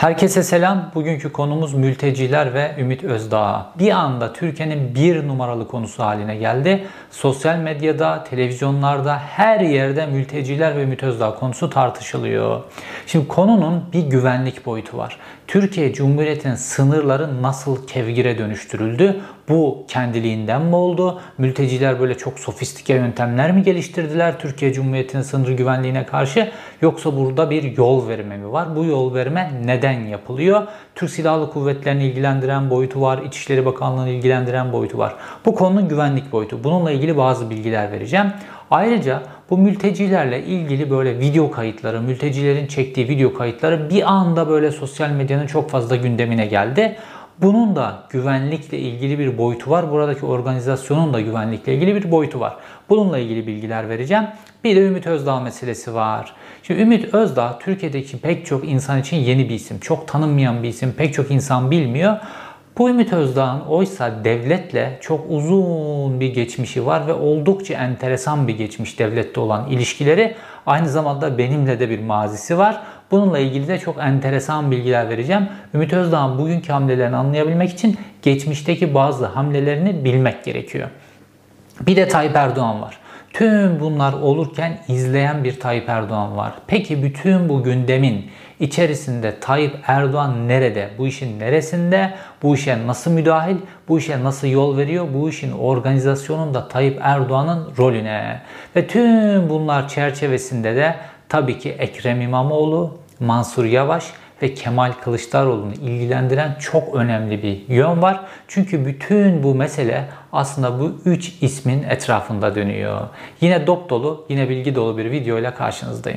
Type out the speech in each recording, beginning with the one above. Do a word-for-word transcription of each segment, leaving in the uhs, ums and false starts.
Herkese selam. Bugünkü konumuz mülteciler ve Ümit Özdağ. Bir anda Türkiye'nin bir numaralı konusu haline geldi. Sosyal medyada, televizyonlarda, her yerde mülteciler ve Ümit Özdağ konusu tartışılıyor. Şimdi konunun bir güvenlik boyutu var. Türkiye Cumhuriyeti'nin sınırları nasıl kevgire dönüştürüldü? Bu kendiliğinden mi oldu? Mülteciler böyle çok sofistike yöntemler mi geliştirdiler Türkiye Cumhuriyeti'nin sınır güvenliğine karşı? Yoksa burada bir yol verme mi var? Bu yol verme neden yapılıyor? Türk Silahlı Kuvvetleri'ni ilgilendiren boyutu var. İçişleri Bakanlığı'nı ilgilendiren boyutu var. Bu konunun güvenlik boyutu. Bununla ilgili bazı bilgiler vereceğim. Ayrıca bu mültecilerle ilgili böyle video kayıtları, mültecilerin çektiği video kayıtları bir anda böyle sosyal medyanın çok fazla gündemine geldi. Bunun da güvenlikle ilgili bir boyutu var. Buradaki organizasyonun da güvenlikle ilgili bir boyutu var. Bununla ilgili bilgiler vereceğim. Bir de Ümit Özdağ meselesi var. Şimdi Ümit Özdağ Türkiye'deki pek çok insan için yeni bir isim. Çok tanınmayan bir isim. Pek çok insan bilmiyor. Bu Ümit Özdağ'ın oysa devletle çok uzun bir geçmişi var ve oldukça enteresan bir geçmiş devlette olan ilişkileri. Aynı zamanda benimle de bir mazisi var. Bununla ilgili de çok enteresan bilgiler vereceğim. Ümit Özdağ'ın bugünkü hamlelerini anlayabilmek için geçmişteki bazı hamlelerini bilmek gerekiyor. Bir de Tayyip Erdoğan var. Tüm bunlar olurken izleyen bir Tayyip Erdoğan var. Peki bütün bu gündemin içerisinde Tayyip Erdoğan nerede? Bu işin neresinde? Bu işe nasıl müdahil? Bu işe nasıl yol veriyor? Bu işin organizasyonunda Tayyip Erdoğan'ın rolü ne? Ve tüm bunlar çerçevesinde de tabii ki Ekrem İmamoğlu, Mansur Yavaş ve Kemal Kılıçdaroğlu'nu ilgilendiren çok önemli bir yön var. Çünkü bütün bu mesele aslında bu üç ismin etrafında dönüyor. Yine dop dolu, yine bilgi dolu bir video ile karşınızdayım.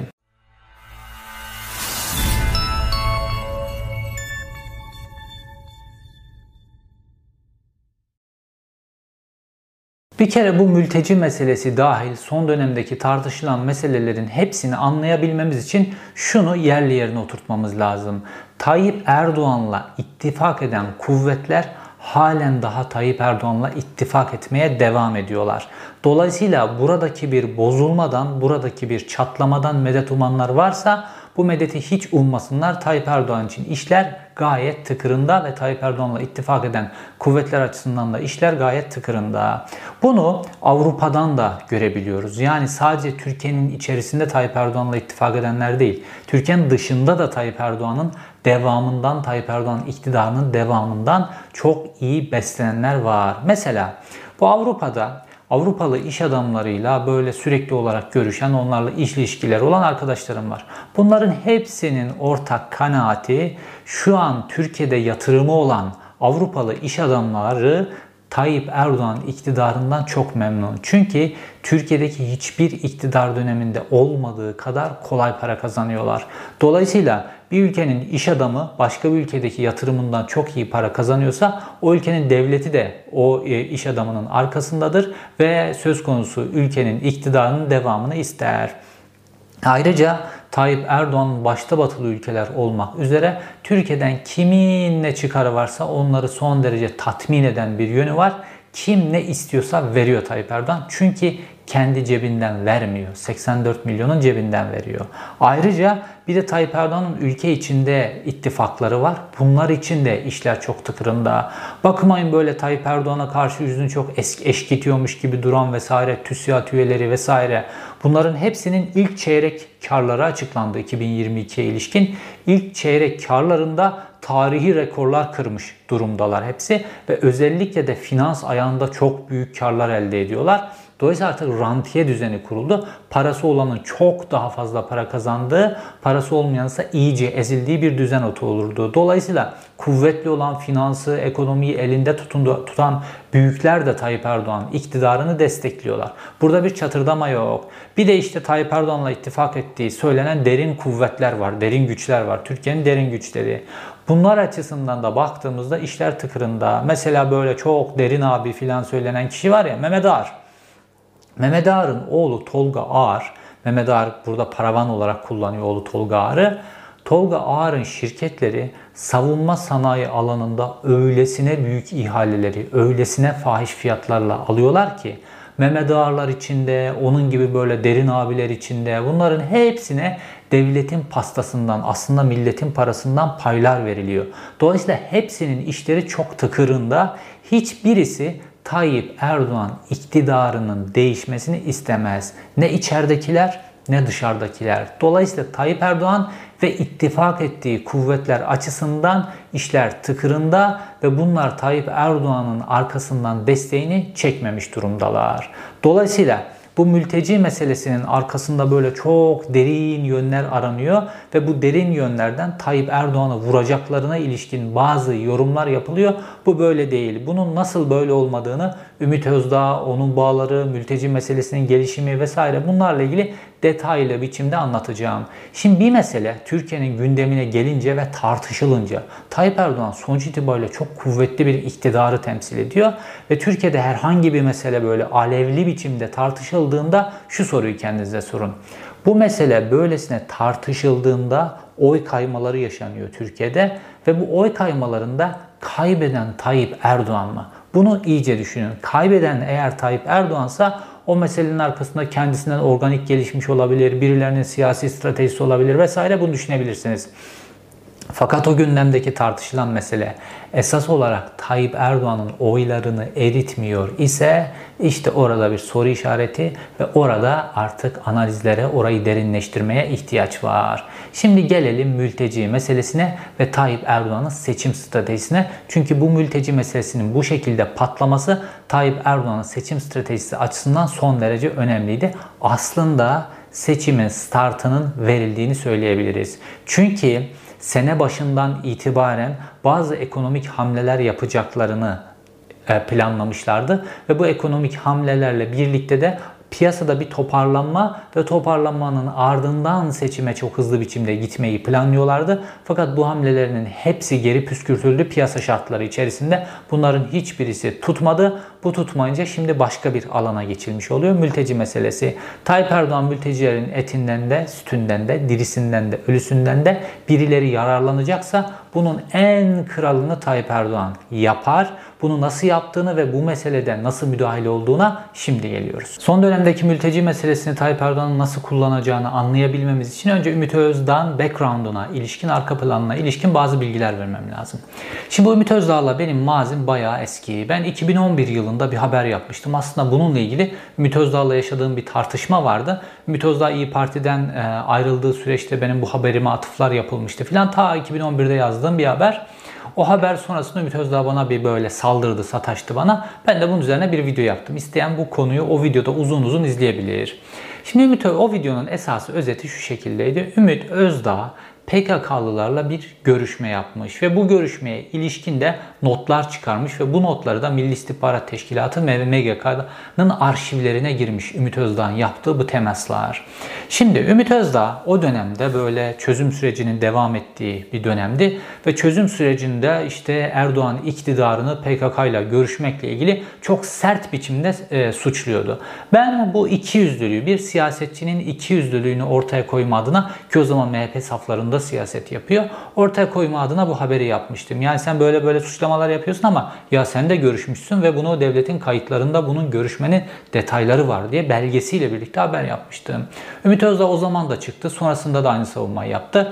Bir kere bu mülteci meselesi dahil son dönemdeki tartışılan meselelerin hepsini anlayabilmemiz için şunu yerli yerine oturtmamız lazım. Tayyip Erdoğan'la ittifak eden kuvvetler halen daha Tayyip Erdoğan'la ittifak etmeye devam ediyorlar. Dolayısıyla buradaki bir bozulmadan, buradaki bir çatlamadan medet umanlar varsa bu medeti hiç ummasınlar. Tayyip Erdoğan için işler gayet tıkırında ve Tayyip Erdoğan'la ittifak eden kuvvetler açısından da işler gayet tıkırında. Bunu Avrupa'dan da görebiliyoruz. Yani sadece Türkiye'nin içerisinde Tayyip Erdoğan'la ittifak edenler değil, Türkiye'nin dışında da Tayyip Erdoğan'ın devamından, Tayyip Erdoğan'ın iktidarının devamından çok iyi beslenenler var. Mesela bu Avrupa'da Avrupalı iş adamlarıyla böyle sürekli olarak görüşen, onlarla iş ilişkileri olan arkadaşlarım var. Bunların hepsinin ortak kanaati şu an Türkiye'de yatırımı olan Avrupalı iş adamları Tayyip Erdoğan iktidarından çok memnun. Çünkü Türkiye'deki hiçbir iktidar döneminde olmadığı kadar kolay para kazanıyorlar. Dolayısıyla bir ülkenin iş adamı başka bir ülkedeki yatırımından çok iyi para kazanıyorsa o ülkenin devleti de o iş adamının arkasındadır ve söz konusu ülkenin iktidarının devamını ister. Ayrıca Tayyip Erdoğan'ın başta batılı ülkeler olmak üzere Türkiye'den kimin ne çıkarı varsa onları son derece tatmin eden bir yönü var. Kim ne istiyorsa veriyor Tayyip Erdoğan. Çünkü kendi cebinden vermiyor. seksen dört milyonun cebinden veriyor. Ayrıca bir de Tayyip Erdoğan'ın ülke içinde ittifakları var. Bunlar için de işler çok tıkırında. Bakmayın böyle Tayyip Erdoğan'a karşı yüzünü çok eşkitiyormuş gibi duran vesaire, TÜSİAD üyeleri vesaire. Bunların hepsinin ilk çeyrek karları açıklandı iki bin yirmi ikiye ilişkin. İlk çeyrek karlarında tarihi rekorlar kırmış durumdalar hepsi ve özellikle de finans ayağında çok büyük karlar elde ediyorlar. Dolayısıyla artık rantiye düzeni kuruldu. Parası olanın çok daha fazla para kazandığı, parası olmayansa iyice ezildiği bir düzen oturuldu. Dolayısıyla kuvvetli olan finansı, ekonomiyi elinde tutundu, tutan büyükler de Tayyip Erdoğan iktidarını destekliyorlar. Burada bir çatırdama yok. Bir de işte Tayyip Erdoğan'la ittifak ettiği söylenen derin kuvvetler var, derin güçler var. Türkiye'nin derin güçleri. Bunlar açısından da baktığımızda işler tıkırında. Mesela böyle çok derin abi filan söylenen kişi var ya, Mehmet Ağar. Mehmet Ağar'ın oğlu Tolga Ağar, Mehmet Ağar burada paravan olarak kullanıyor oğlu Tolga Ağar'ı. Tolga Ağar'ın şirketleri savunma sanayi alanında öylesine büyük ihaleleri, öylesine fahiş fiyatlarla alıyorlar ki Mehmet Ağarlar içinde, onun gibi böyle derin abiler içinde bunların hepsine devletin pastasından, aslında milletin parasından paylar veriliyor. Dolayısıyla hepsinin işleri çok tıkırında. Hiçbirisi Tayyip Erdoğan iktidarının değişmesini istemez. Ne içeridekiler ne dışarıdakiler. Dolayısıyla Tayyip Erdoğan ve ittifak ettiği kuvvetler açısından işler tıkırında ve bunlar Tayyip Erdoğan'ın arkasından desteğini çekmemiş durumdalar. Dolayısıyla bu mülteci meselesinin arkasında böyle çok derin yönler aranıyor ve bu derin yönlerden Tayyip Erdoğan'ı vuracaklarına ilişkin bazı yorumlar yapılıyor. Bu böyle değil. Bunun nasıl böyle olmadığını Ümit Özdağ, onun bağları, mülteci meselesinin gelişimi vesaire bunlarla ilgili detaylı biçimde anlatacağım. Şimdi bir mesele Türkiye'nin gündemine gelince ve tartışılınca Tayyip Erdoğan sonuç itibariyle çok kuvvetli bir iktidarı temsil ediyor ve Türkiye'de herhangi bir mesele böyle alevli biçimde tartışıldığında şu soruyu kendinize sorun. Bu mesele böylesine tartışıldığında oy kaymaları yaşanıyor Türkiye'de ve bu oy kaymalarında kaybeden Tayyip Erdoğan mı? Bunu iyice düşünün. Kaybeden eğer Tayyip Erdoğan'sa o meselenin arkasında kendisinden organik gelişmiş olabilir, birilerinin siyasi stratejisi olabilir vesaire, bunu düşünebilirsiniz. Fakat o gündemdeki tartışılan mesele esas olarak Tayyip Erdoğan'ın oylarını eritmiyor ise işte orada bir soru işareti ve orada artık analizlere, orayı derinleştirmeye ihtiyaç var. Şimdi gelelim mülteci meselesine ve Tayyip Erdoğan'ın seçim stratejisine. Çünkü bu mülteci meselesinin bu şekilde patlaması Tayyip Erdoğan'ın seçim stratejisi açısından son derece önemliydi. Aslında seçimin startının verildiğini söyleyebiliriz. Çünkü sene başından itibaren bazı ekonomik hamleler yapacaklarını planlamışlardı ve bu ekonomik hamlelerle birlikte de piyasada bir toparlanma ve toparlanmanın ardından seçime çok hızlı biçimde gitmeyi planlıyorlardı. Fakat bu hamlelerinin hepsi geri püskürtüldü piyasa şartları içerisinde. Bunların hiçbirisi tutmadı. Bu tutmayınca şimdi başka bir alana geçilmiş oluyor. Mülteci meselesi. Tayyip Erdoğan mültecilerin etinden de, sütünden de, dirisinden de, ölüsünden de birileri yararlanacaksa bunun en kralını Tayyip Erdoğan yapar. Bunu nasıl yaptığını ve bu meselede nasıl müdahale olduğuna şimdi geliyoruz. Son dönemdeki mülteci meselesini Tayyip Erdoğan'ın nasıl kullanacağını anlayabilmemiz için önce Ümit Özdağ'ın background'una ilişkin, arka planına ilişkin bazı bilgiler vermem lazım. Şimdi bu Ümit Özdağ'la benim mazim bayağı eski. Ben iki bin on bir yılında bir haber yapmıştım. Aslında bununla ilgili Ümit Özdağ'la yaşadığım bir tartışma vardı. Ümit Özdağ İYİ Parti'den ayrıldığı süreçte benim bu haberime atıflar yapılmıştı filan. Ta iki bin on birde yazdığım bir haber. O haber sonrasında Ümit Özdağ bana bir böyle saldırdı, sataştı bana. Ben de bunun üzerine bir video yaptım. İsteyen bu konuyu o videoda uzun uzun izleyebilir. Şimdi Ümit, o videonun esası, özeti şu şekildeydi. Ümit Özdağ P K K'lılarla bir görüşme yapmış ve bu görüşmeye ilişkin de notlar çıkarmış ve bu notları da Milli İstihbarat Teşkilatı ve M G K'nın arşivlerine girmiş Ümit Özdağ'ın yaptığı bu temaslar. Şimdi Ümit Özdağ o dönemde böyle çözüm sürecinin devam ettiği bir dönemdi ve çözüm sürecinde işte Erdoğan iktidarını P K K ile görüşmekle ilgili çok sert biçimde e, suçluyordu. Ben bu ikiyüzlülüğü, bir siyasetçinin ikiyüzlülüğünü ortaya koyma adına, ki o zaman M H P saflarında siyaset yapıyor, ortaya koyma adına bu haberi yapmıştım. Yani sen böyle böyle suçlamalar yapıyorsun ama ya sen de görüşmüşsün ve bunu devletin kayıtlarında bunun görüşmenin detayları var diye belgesiyle birlikte haber yapmıştım. Ümit Özdağ o zaman da çıktı. Sonrasında da aynı savunmayı yaptı.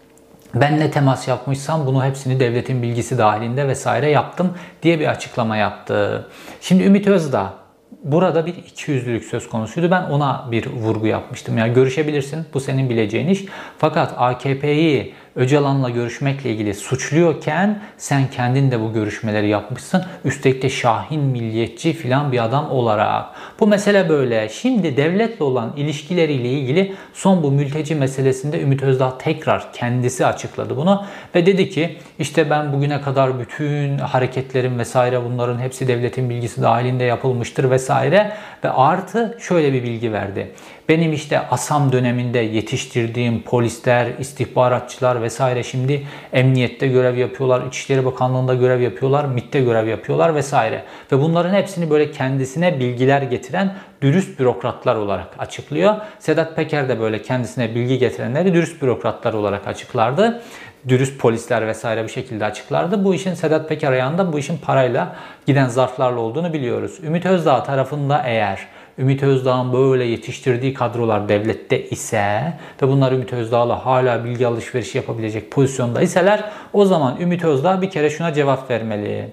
Ben ne temas yapmışsam bunu hepsini devletin bilgisi dahilinde vesaire yaptım diye bir açıklama yaptı. Şimdi Ümit Özdağ burada bir ikiyüzlülük söz konusuydu. Ben ona bir vurgu yapmıştım. Yani görüşebilirsin, bu senin bileceğin iş. Fakat A K P'yi Öcalan'la görüşmekle ilgili suçluyorken sen kendin de bu görüşmeleri yapmışsın. Üstelik de şahin milliyetçi filan bir adam olarak. Bu mesele böyle. Şimdi devletle olan ilişkileriyle ilgili son bu mülteci meselesinde Ümit Özdağ tekrar kendisi açıkladı bunu. Ve dedi ki işte ben bugüne kadar bütün hareketlerim vesaire bunların hepsi devletin bilgisi dahilinde yapılmıştır vesaire. Ve artı şöyle bir bilgi verdi. Benim işte ASAM döneminde yetiştirdiğim polisler, istihbaratçılar vesaire şimdi emniyette görev yapıyorlar, İçişleri Bakanlığı'nda görev yapıyorlar, M İ T'te görev yapıyorlar vesaire. Ve bunların hepsini böyle kendisine bilgiler getiren dürüst bürokratlar olarak açıklıyor. Sedat Peker de böyle kendisine bilgi getirenleri dürüst bürokratlar olarak açıklardı. Dürüst polisler vesaire bir şekilde açıklardı. Bu işin Sedat Peker ayağında bu işin parayla giden zarflarla olduğunu biliyoruz. Ümit Özdağ tarafında eğer Ümit Özdağ'ın böyle yetiştirdiği kadrolar devlette ise ve bunlar Ümit Özdağ'la hala bilgi alışverişi yapabilecek pozisyonda iseler, o zaman Ümit Özdağ bir kere şuna cevap vermeli.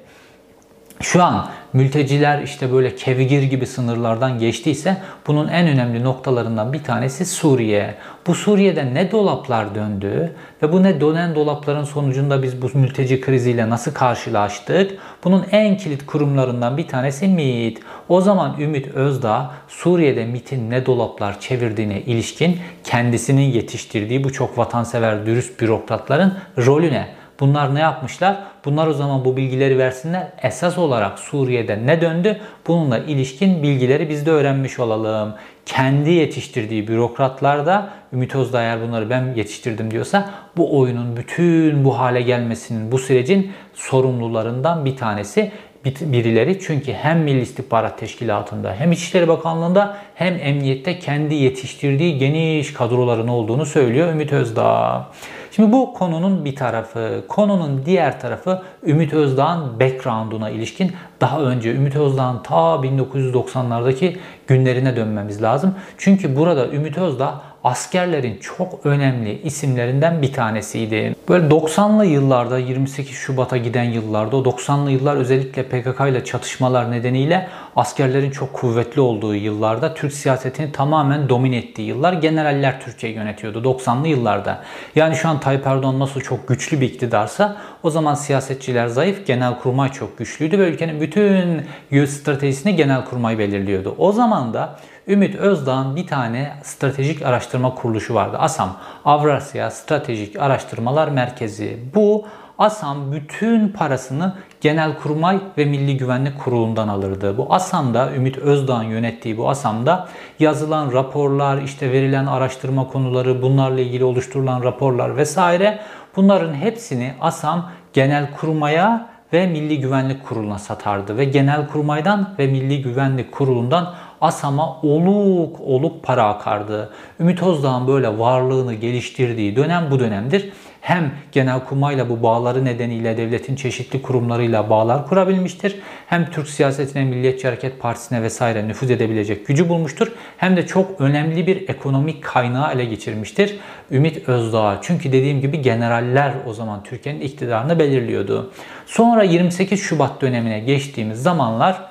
Şu an mülteciler işte böyle kevgir gibi sınırlardan geçtiyse bunun en önemli noktalarından bir tanesi Suriye. Bu Suriye'de ne dolaplar döndü ve bu ne dönen dolapların sonucunda biz bu mülteci kriziyle nasıl karşılaştık? Bunun en kilit kurumlarından bir tanesi MİT. O zaman Ümit Özdağ Suriye'de MİT'in ne dolaplar çevirdiğine ilişkin kendisinin yetiştirdiği bu çok vatansever, dürüst bürokratların rolü ne? Bunlar ne yapmışlar? Bunlar o zaman bu bilgileri versinler. Esas olarak Suriye'de ne döndü? Bununla ilişkin bilgileri biz de öğrenmiş olalım. Kendi yetiştirdiği bürokratlar da, Ümit Özdağ eğer bunları ben yetiştirdim diyorsa, bu oyunun bütün bu hale gelmesinin, bu sürecin sorumlularından bir tanesi birileri. Çünkü hem Milli İstihbarat Teşkilatı'nda hem İçişleri Bakanlığı'nda hem emniyette kendi yetiştirdiği geniş kadroların olduğunu söylüyor Ümit Özdağ. Şimdi bu konunun bir tarafı. Konunun diğer tarafı Ümit Özdağ'ın background'una ilişkin. Daha önce Ümit Özdağ'ın ta bin dokuz yüz doksanlardaki günlerine dönmemiz lazım. Çünkü burada Ümit Özdağ askerlerin çok önemli isimlerinden bir tanesiydi. Böyle doksanlı yıllarda, yirmi sekiz Şubat'a giden yıllarda, o doksanlı yıllar özellikle P K K ile çatışmalar nedeniyle askerlerin çok kuvvetli olduğu yıllarda, Türk siyasetini tamamen domine ettiği yıllar, generaller Türkiye'yi yönetiyordu doksanlı yıllarda. Yani şu an Tayyip Erdoğan nasıl çok güçlü bir iktidarsa, o zaman siyasetçiler zayıf, Genelkurmay çok güçlüydü ve ülkenin bütün stratejisini Genelkurmay belirliyordu. O zaman da Ümit Özdağ'ın bir tane stratejik araştırma kuruluşu vardı. ASAM, Avrasya Stratejik Araştırmalar Merkezi. Bu ASAM bütün parasını Genelkurmay ve Milli Güvenlik Kurulu'ndan alırdı. Bu ASAM'da, Ümit Özdağ'ın yönettiği bu ASAM'da yazılan raporlar, işte verilen araştırma konuları, bunlarla ilgili oluşturulan raporlar vesaire, bunların hepsini ASAM Genelkurmay'a ve Milli Güvenlik Kurulu'na satardı ve Genelkurmay'dan ve Milli Güvenlik Kurulu'ndan ASAM'a oluk oluk para akardı. Ümit Özdağ'ın böyle varlığını geliştirdiği dönem bu dönemdir. Hem Genelkurmay'la bu bağları nedeniyle devletin çeşitli kurumlarıyla bağlar kurabilmiştir. Hem Türk siyasetine, Milliyetçi Hareket Partisi'ne vesaire nüfuz edebilecek gücü bulmuştur. Hem de çok önemli bir ekonomik kaynağı ele geçirmiştir Ümit Özdağ. Çünkü dediğim gibi generaller o zaman Türkiye'nin iktidarını belirliyordu. Sonra yirmi sekiz Şubat dönemine geçtiğimiz zamanlar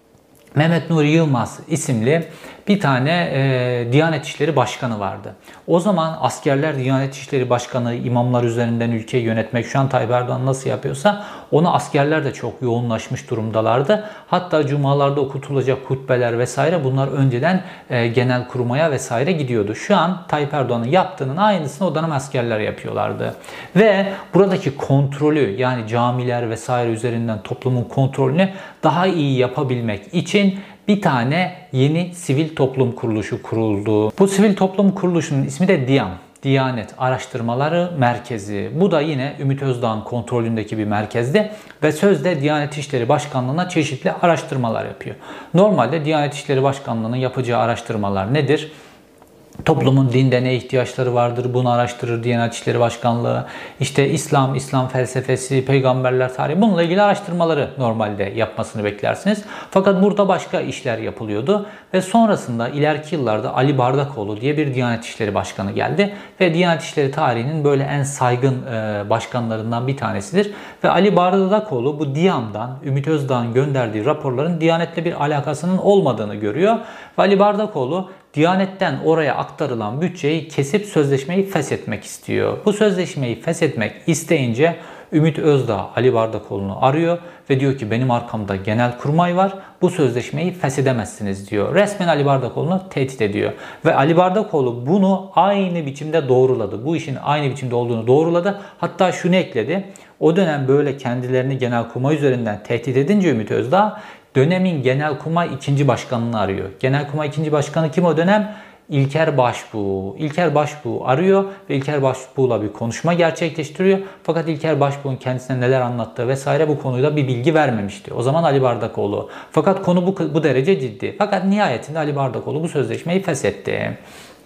Mehmet Nuri Yılmaz isimli bir tane e, Diyanet İşleri Başkanı vardı. O zaman askerler Diyanet İşleri Başkanı, imamlar üzerinden ülkeyi yönetmek, şu an Tayyip Erdoğan nasıl yapıyorsa onu askerler de çok yoğunlaşmış durumdalardı. Hatta cumalarda okutulacak hutbeler vesaire, bunlar önceden e, Genelkurmay'a vesaire gidiyordu. Şu an Tayyip Erdoğan'ın yaptığının aynısını o dönem askerler yapıyorlardı. Ve buradaki kontrolü, yani camiler vesaire üzerinden toplumun kontrolünü daha iyi yapabilmek için bir tane yeni sivil toplum kuruluşu kuruldu. Bu sivil toplum kuruluşunun ismi de DİAM. Diyanet Araştırmaları Merkezi. Bu da yine Ümit Özdağ'ın kontrolündeki bir merkezdi ve sözde Diyanet İşleri Başkanlığı'na çeşitli araştırmalar yapıyor. Normalde Diyanet İşleri Başkanlığı'nın yapacağı araştırmalar nedir? Toplumun dinde ne ihtiyaçları vardır, bunu araştırır Diyanet İşleri Başkanlığı. İşte İslam, İslam felsefesi, peygamberler tarihi, bununla ilgili araştırmaları normalde yapmasını beklersiniz. Fakat burada başka işler yapılıyordu ve sonrasında ileriki yıllarda Ali Bardakoğlu diye bir Diyanet İşleri Başkanı geldi ve Diyanet İşleri tarihinin böyle en saygın başkanlarından bir tanesidir. Ve Ali Bardakoğlu bu DİAM'dan, Ümit Özdağ'ın gönderdiği raporların Diyanet'le bir alakasının olmadığını görüyor ve Ali Bardakoğlu Diyanet'ten oraya aktarılan bütçeyi kesip sözleşmeyi feshetmek istiyor. Bu sözleşmeyi feshetmek isteyince Ümit Özdağ Ali Bardakoğlu'nu arıyor ve diyor ki benim arkamda Genelkurmay var, bu sözleşmeyi feshedemezsiniz diyor. Resmen Ali Bardakoğlu'nu tehdit ediyor. Ve Ali Bardakoğlu bunu aynı biçimde doğruladı. Bu işin aynı biçimde olduğunu doğruladı. Hatta şunu ekledi. O dönem böyle kendilerini Genelkurmay üzerinden tehdit edince Ümit Özdağ dönemin Genelkurmay ikinci Başkanı'nı arıyor. Genelkurmay ikinci Başkanı kim o dönem? İlker Başbuğ. İlker Başbuğ arıyor ve İlker Başbuğ'la bir konuşma gerçekleştiriyor. Fakat İlker Başbuğ'un kendisine neler anlattığı vesaire bu konuyla bir bilgi vermemişti. O zaman Ali Bardakoğlu. Fakat konu bu, bu derece ciddi. Fakat nihayetinde Ali Bardakoğlu bu sözleşmeyi feshetti.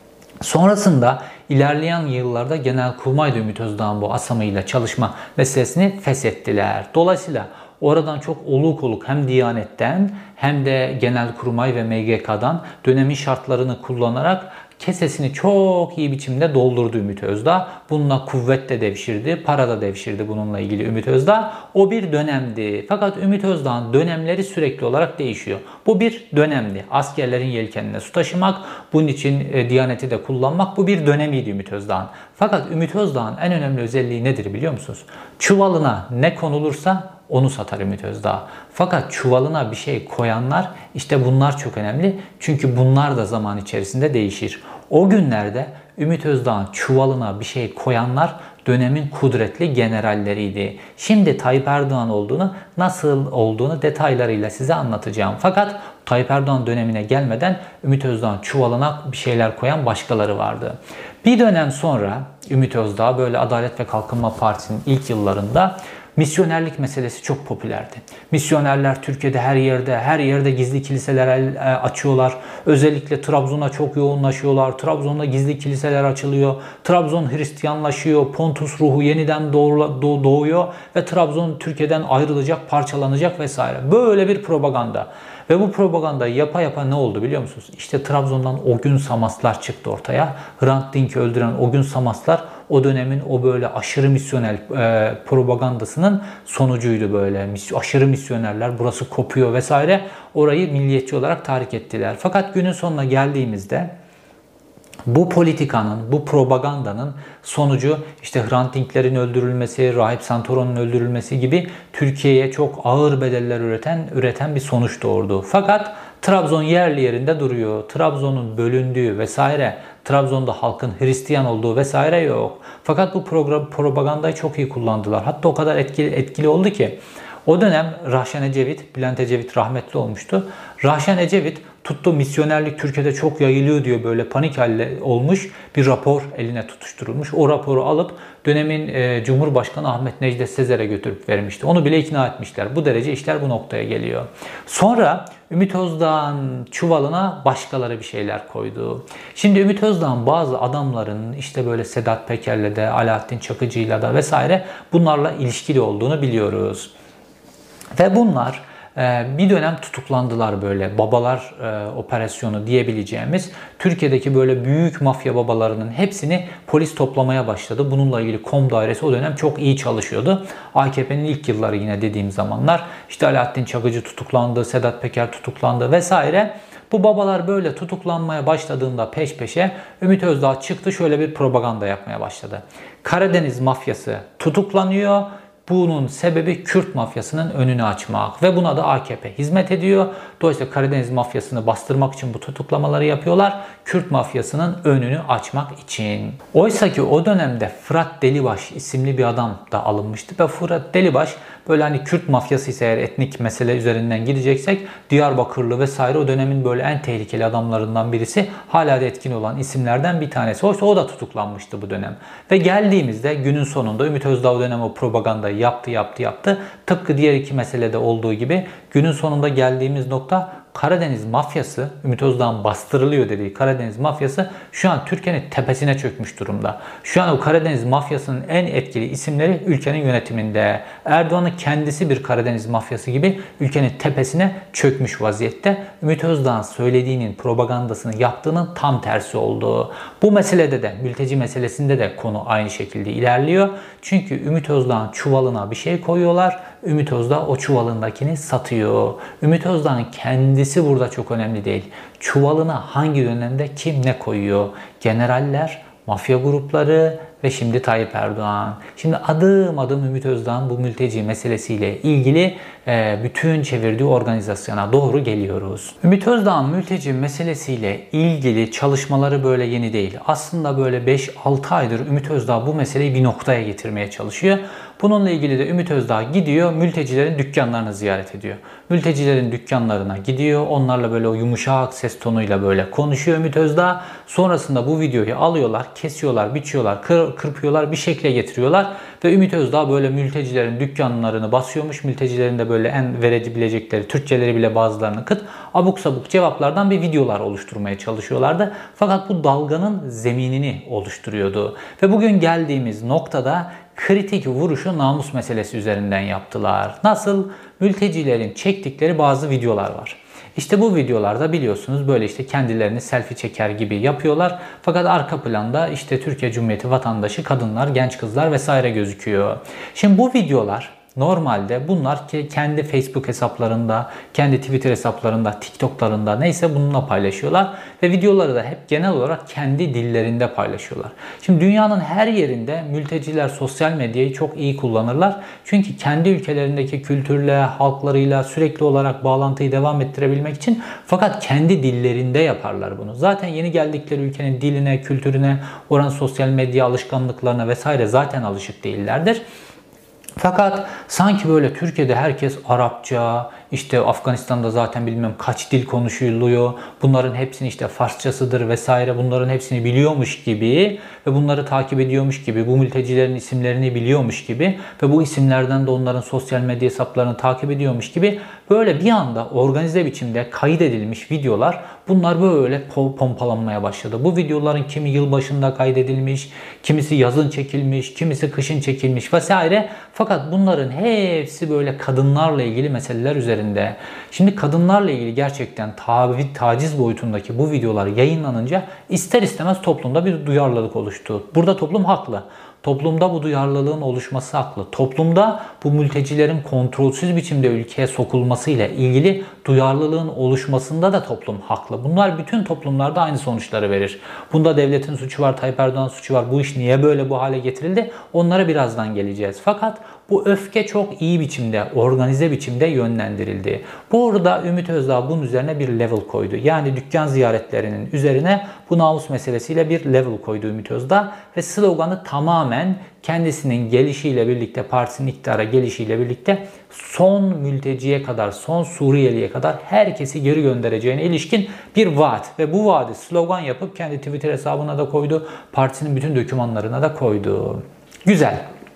Sonrasında ilerleyen yıllarda Genelkurmay'da Ümit Özdağ'ın bu ASAM'ıyla çalışma meselesini feshettiler. Dolayısıyla oradan çok oluk oluk hem Diyanet'ten hem de Genelkurmay ve M G K'dan dönemin şartlarını kullanarak kesesini çok iyi biçimde doldurdu Ümit Özdağ. Bununla kuvvet de devşirdi, para da devşirdi bununla ilgili Ümit Özdağ. O bir dönemdi. Fakat Ümit Özdağ'ın dönemleri sürekli olarak değişiyor. Bu bir dönemdi. Askerlerin yelkenine su taşımak, bunun için e, Diyaneti de kullanmak, bu bir dönemiydi Ümit Özdağ'ın. Fakat Ümit Özdağ'ın en önemli özelliği nedir biliyor musunuz? Çuvalına ne konulursa onu satar Ümit Özdağ. Fakat çuvalına bir şey koyanlar, işte bunlar çok önemli. Çünkü bunlar da zaman içerisinde değişir. O günlerde Ümit Özdağ'ın çuvalına bir şey koyanlar dönemin kudretli generalleriydi. Şimdi Tayyip Erdoğan olduğunu, nasıl olduğunu detaylarıyla size anlatacağım. Fakat Tayyip Erdoğan dönemine gelmeden Ümit Özdağ'ın çuvalına bir şeyler koyan başkaları vardı. Bir dönem sonra Ümit Özdağ böyle Adalet ve Kalkınma Partisi'nin ilk yıllarında misyonerlik meselesi çok popülerdi. Misyonerler Türkiye'de her yerde, her yerde gizli kiliseler açıyorlar. Özellikle Trabzon'a çok yoğunlaşıyorlar. Trabzon'da gizli kiliseler açılıyor. Trabzon Hristiyanlaşıyor. Pontus ruhu yeniden doğuyor ve Trabzon Türkiye'den ayrılacak, parçalanacak vesaire. Böyle bir propaganda. Ve bu propagandayı yapa yapa ne oldu biliyor musunuz? İşte Trabzon'dan o gün Samaslar çıktı ortaya. Hrant Dink'i öldüren o gün Samaslar o dönemin o böyle aşırı misyoner e, propagandasının sonucuydu böyle. Aşırı misyonerler, burası kopuyor vesaire. Orayı milliyetçi olarak tahrik ettiler. Fakat günün sonuna geldiğimizde bu politikanın, bu propagandanın sonucu işte Hrant Dink'lerin öldürülmesi, Rahip Santoro'nun öldürülmesi gibi Türkiye'ye çok ağır bedeller üreten, üreten bir sonuç doğurdu. Fakat Trabzon yerli yerinde duruyor. Trabzon'un bölündüğü vesaire, Trabzon'da halkın Hristiyan olduğu vesaire yok. Fakat bu program, propagandayı çok iyi kullandılar. Hatta o kadar etkili, etkili oldu ki o dönem Rahşan Ecevit, Bülent Ecevit rahmetli olmuştu. Rahşan Ecevit tuttu misyonerlik Türkiye'de çok yayılıyor diyor, böyle panik halde olmuş bir rapor eline tutuşturulmuş. O raporu alıp dönemin e, Cumhurbaşkanı Ahmet Necdet Sezer'e götürüp vermişti. Onu bile ikna etmişler. Bu derece işler bu noktaya geliyor. Sonra Ümit Özdağ'ın çuvalına başkaları bir şeyler koydu. Şimdi Ümit Özdağ'ın bazı adamların işte böyle Sedat Peker'le de, Alaaddin Çakıcı'yla da vesaire bunlarla ilişkili olduğunu biliyoruz. Ve bunlar bir dönem tutuklandılar böyle babalar operasyonu diyebileceğimiz. Türkiye'deki böyle büyük mafya babalarının hepsini polis toplamaya başladı. Bununla ilgili kom dairesi o dönem çok iyi çalışıyordu. A K P'nin ilk yılları yine dediğim zamanlar. İşte Alaaddin Çakıcı tutuklandı, Sedat Peker tutuklandı vesaire. Bu babalar böyle tutuklanmaya başladığında peş peşe Ümit Özdağ çıktı, şöyle bir propaganda yapmaya başladı. Karadeniz mafyası tutuklanıyor. Bunun sebebi Kürt mafyasının önünü açmak ve buna da A K P hizmet ediyor. Dolayısıyla Karadeniz mafyasını bastırmak için bu tutuklamaları yapıyorlar. Kürt mafyasının önünü açmak için. Oysa ki o dönemde Fırat Delibaş isimli bir adam da alınmıştı ve Fırat Delibaş böyle hani Kürt mafyası ise eğer etnik mesele üzerinden gideceksek Diyarbakırlı vesaire o dönemin böyle en tehlikeli adamlarından birisi, hala da etkin olan isimlerden bir tanesi. Oysa o da tutuklanmıştı bu dönem. Ve geldiğimizde günün sonunda Ümit Özdağ o dönem o propagandayı yaptı yaptı yaptı. Tıpkı diğer iki meselede olduğu gibi günün sonunda geldiğimiz nokta Karadeniz mafyası, Ümit Özdağ'ın bastırılıyor dediği Karadeniz mafyası şu an Türkiye'nin tepesine çökmüş durumda. Şu an o Karadeniz mafyasının en etkili isimleri ülkenin yönetiminde. Erdoğan'ın kendisi bir Karadeniz mafyası gibi ülkenin tepesine çökmüş vaziyette. Ümit Özdağ'ın söylediğinin, propagandasını yaptığının tam tersi oldu. Bu meselede de, mülteci meselesinde de konu aynı şekilde ilerliyor. Çünkü Ümit Özdağ'ın çuvalına bir şey koyuyorlar. Ümit Özdağ o çuvalındakini satıyor. Ümit Özdağ'ın kendisi burada çok önemli değil. Çuvalına hangi dönemde kim ne koyuyor? Generaller, mafya grupları ve şimdi Tayyip Erdoğan. Şimdi adım adım Ümit Özdağ'ın bu mülteci meselesiyle ilgili bütün çevirdiği organizasyona doğru geliyoruz. Ümit Özdağ'ın mülteci meselesiyle ilgili çalışmaları böyle yeni değil. Aslında böyle beş altı aydır Ümit Özdağ bu meseleyi bir noktaya getirmeye çalışıyor. Bununla ilgili de Ümit Özdağ gidiyor, mültecilerin dükkanlarını ziyaret ediyor. Mültecilerin dükkanlarına gidiyor, onlarla böyle o yumuşak ses tonuyla böyle konuşuyor Ümit Özdağ. Sonrasında bu videoyu alıyorlar, kesiyorlar, biçiyorlar, kır, kırpıyorlar, bir şekle getiriyorlar. Ve Ümit Özdağ böyle mültecilerin dükkanlarını basıyormuş. Mültecilerin de böyle en verebilecekleri, Türkçeleri bile bazılarını kıt, abuk sabuk cevaplardan bir videolar oluşturmaya çalışıyorlardı. Fakat bu dalganın zeminini oluşturuyordu. Ve bugün geldiğimiz noktada kritik vuruşu namus meselesi üzerinden yaptılar. Nasıl? Mültecilerin çektikleri bazı videolar var. İşte bu videolarda biliyorsunuz böyle işte kendilerini selfie çeker gibi yapıyorlar. Fakat arka planda işte Türkiye Cumhuriyeti vatandaşı kadınlar, genç kızlar vesaire gözüküyor. Şimdi bu videolar normalde bunlar kendi Facebook hesaplarında, kendi Twitter hesaplarında, TikTok'larında neyse bununla paylaşıyorlar. Ve videoları da hep genel olarak kendi dillerinde paylaşıyorlar. Şimdi dünyanın her yerinde mülteciler sosyal medyayı çok iyi kullanırlar. Çünkü kendi ülkelerindeki kültürle, halklarıyla sürekli olarak bağlantıyı devam ettirebilmek için, fakat kendi dillerinde yaparlar bunu. Zaten yeni geldikleri ülkenin diline, kültürüne, oranın sosyal medya alışkanlıklarına vesaire zaten alışık değillerdir. Fakat sanki böyle Türkiye'de herkes Arapça, işte Afganistan'da zaten bilmem kaç dil konuşuluyor. Bunların hepsini işte Farsçasıdır vesaire, bunların hepsini biliyormuş gibi ve bunları takip ediyormuş gibi, bu mültecilerin isimlerini biliyormuş gibi ve bu isimlerden de onların sosyal medya hesaplarını takip ediyormuş gibi böyle bir anda organize biçimde kaydedilmiş videolar, bunlar böyle pompalanmaya başladı. Bu videoların kimi yılbaşında kaydedilmiş, kimisi yazın çekilmiş, kimisi kışın çekilmiş vesaire. Fakat bunların hepsi böyle kadınlarla ilgili meseleler üzerinde. Şimdi kadınlarla ilgili gerçekten tabi, taciz boyutundaki bu videolar yayınlanınca ister istemez toplumda bir duyarlılık oluştu. Burada toplum haklı. Toplumda bu duyarlılığın oluşması haklı. Toplumda bu mültecilerin kontrolsüz biçimde ülkeye sokulmasıyla ilgili duyarlılığın oluşmasında da toplum haklı. Bunlar bütün toplumlarda aynı sonuçları verir. Bunda devletin suçu var, Tayyip Erdoğan'ın suçu var. Bu iş niye böyle bu hale getirildi? Onlara birazdan geleceğiz. Fakat bu öfke çok iyi biçimde, organize biçimde yönlendirildi. Burada Ümit Özdağ bunun üzerine bir level koydu. Yani dükkan ziyaretlerinin üzerine bu namus meselesiyle bir level koydu Ümit Özdağ ve sloganı tamamen kendisinin gelişiyle birlikte, partisinin iktidara gelişiyle birlikte son mülteciye kadar, son Suriyeliye kadar herkesi geri göndereceğine ilişkin bir vaat ve bu vaadi slogan yapıp kendi Twitter hesabına da koydu, partisinin bütün dokümanlarına da koydu. Güzel.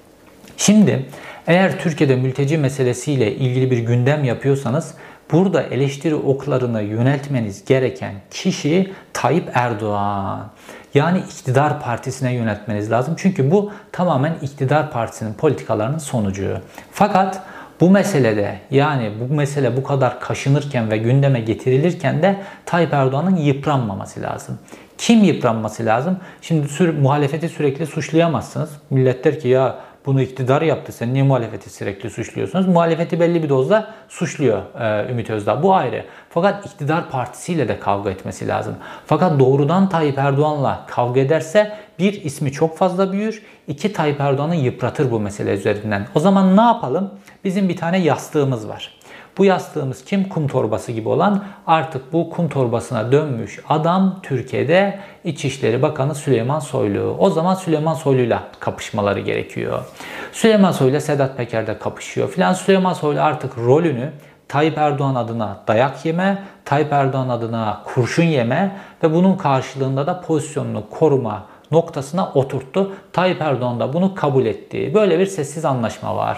Şimdi eğer Türkiye'de mülteci meselesiyle ilgili bir gündem yapıyorsanız burada eleştiri oklarını yöneltmeniz gereken kişi Tayyip Erdoğan. Yani iktidar partisine yöneltmeniz lazım. Çünkü bu tamamen iktidar partisinin politikalarının sonucu. Fakat bu meselede, yani bu mesele bu kadar kaşınırken ve gündeme getirilirken de Tayyip Erdoğan'ın yıpranmaması lazım. Kim yıpranması lazım? Şimdi sür, muhalefeti sürekli suçlayamazsınız. Millet der ki ya bunu iktidar yaptı, sen niye muhalefeti sürekli suçluyorsunuz? Muhalefeti belli bir dozda suçluyor e, Ümit Özdağ. Bu ayrı. Fakat iktidar partisiyle de kavga etmesi lazım. Fakat doğrudan Tayyip Erdoğan'la kavga ederse bir, ismi çok fazla büyür. İki, Tayyip Erdoğan'ı yıpratır bu mesele üzerinden. O zaman ne yapalım? Bizim bir tane yastığımız var. Bu yastığımız kim? Kum torbası gibi olan, artık bu kum torbasına dönmüş adam Türkiye'de İçişleri Bakanı Süleyman Soylu. O zaman Süleyman Soylu'yla kapışmaları gerekiyor. Süleyman Soylu Sedat Peker'de kapışıyor filan. Süleyman Soylu artık rolünü Tayyip Erdoğan adına dayak yeme, Tayyip Erdoğan adına kurşun yeme ve bunun karşılığında da pozisyonunu koruma noktasına oturttu. Tayyip Erdoğan da bunu kabul etti. Böyle bir sessiz anlaşma var.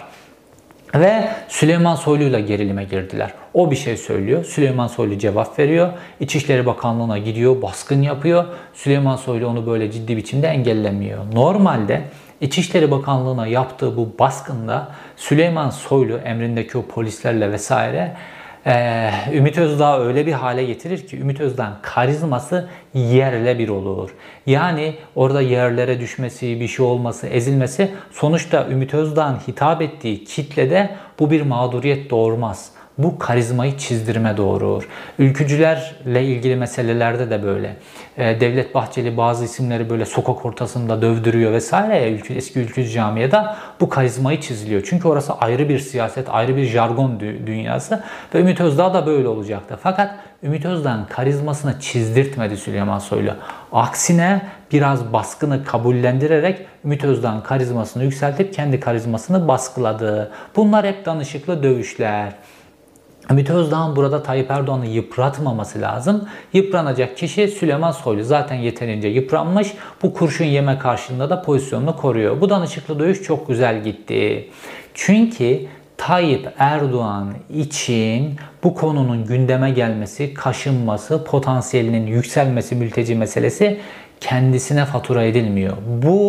Ve Süleyman Soylu'yla gerilime girdiler. O bir şey söylüyor. Süleyman Soylu cevap veriyor. İçişleri Bakanlığı'na gidiyor, baskın yapıyor. Süleyman Soylu onu böyle ciddi biçimde engellemiyor. Normalde İçişleri Bakanlığı'na yaptığı bu baskında Süleyman Soylu emrindeki o polislerle vesaire Ee, Ümit Özdağ öyle bir hale getirir ki Ümit Özdağ'ın karizması yerle bir olur. Yani orada yerlere düşmesi, bir şey olması, ezilmesi, sonuçta Ümit Özdağ'ın hitap ettiği kitlede bu bir mağduriyet doğurmaz. Bu karizmayı çizdirme doğurur. Ülkücülerle ilgili meselelerde de böyle. Devlet Bahçeli bazı isimleri böyle sokak ortasında dövdürüyor vesaire. Eski ülkücü camiada bu karizmayı çiziliyor. Çünkü orası ayrı bir siyaset, ayrı bir jargon dünyası. Ve Ümit Özdağ da böyle olacaktı. Fakat Ümit Özdağ'ın karizmasını çizdirtmedi Süleyman Soylu. Aksine biraz baskını kabullendirerek Ümit Özdağ'ın karizmasını yükseltip kendi karizmasını baskıladı. Bunlar hep danışıklı dövüşler. Ümit Özdağ'ın burada Tayyip Erdoğan'ı yıpratmaması lazım. Yıpranacak kişi Süleyman Soylu. Zaten yeterince yıpranmış. Bu kurşun yeme karşılığında da pozisyonunu koruyor. Bu danışıklı dövüş çok güzel gitti. Çünkü Tayyip Erdoğan için bu konunun gündeme gelmesi, kaşınması, potansiyelinin yükselmesi, mülteci meselesi kendisine fatura edilmiyor. Bu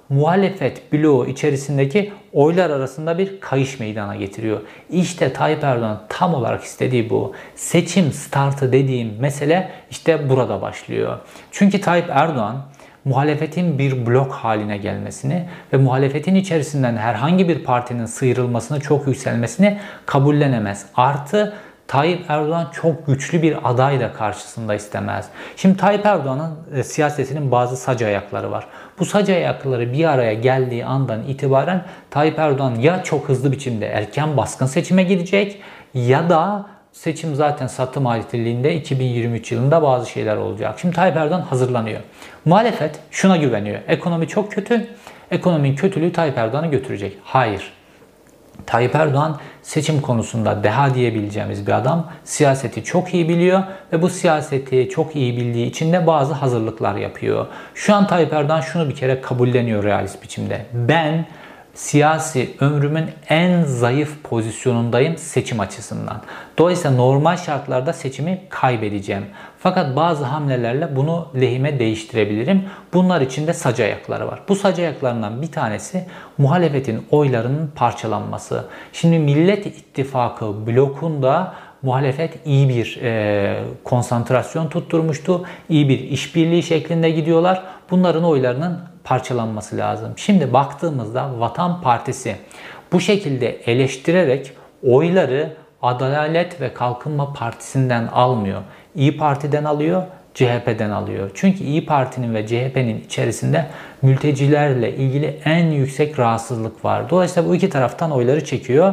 muhalefet bloğu içerisindeki oylar arasında bir kayış meydana getiriyor. İşte Tayyip Erdoğan tam olarak istediği bu. Seçim startı dediğim mesele işte burada başlıyor. Çünkü Tayyip Erdoğan muhalefetin bir blok haline gelmesini ve muhalefetin içerisinden herhangi bir partinin sıyrılmasını, çok yükselmesini kabullenemez. Artı Tayyip Erdoğan çok güçlü bir aday da karşısında istemez. Şimdi Tayyip Erdoğan'ın e, siyasetinin bazı sac ayakları var. Bu sac ayakları bir araya geldiği andan itibaren Tayyip Erdoğan ya çok hızlı biçimde erken baskın seçime gidecek ya da seçim zaten satım niteliğinde iki bin yirmi üç yılında bazı şeyler olacak. Şimdi Tayyip Erdoğan hazırlanıyor. Muhalefet şuna güveniyor. Ekonomi çok kötü. Ekonominin kötülüğü Tayyip Erdoğan'ı götürecek. Hayır. Tayyip Erdoğan seçim konusunda deha diyebileceğimiz bir adam. Siyaseti çok iyi biliyor ve bu siyaseti çok iyi bildiği için de bazı hazırlıklar yapıyor. Şu an Tayyip Erdoğan şunu bir kere kabulleniyor realist biçimde. Ben siyasi ömrümün en zayıf pozisyonundayım seçim açısından. Dolayısıyla normal şartlarda seçimi kaybedeceğim. Fakat bazı hamlelerle bunu lehime değiştirebilirim. Bunlar için de sac ayakları var. Bu sac ayaklarından bir tanesi muhalefetin oylarının parçalanması. Şimdi Millet İttifakı blokunda muhalefet iyi bir e, konsantrasyon tutturmuştu. İyi bir işbirliği şeklinde gidiyorlar. Bunların oylarının parçalanması lazım. Şimdi baktığımızda Vatan Partisi bu şekilde eleştirerek oyları Adalet ve Kalkınma Partisi'nden almıyor. İyi Parti'den alıyor, C H P'den alıyor. Çünkü İyi Parti'nin ve C H P'nin içerisinde mültecilerle ilgili en yüksek rahatsızlık var. Dolayısıyla bu iki taraftan oyları çekiyor.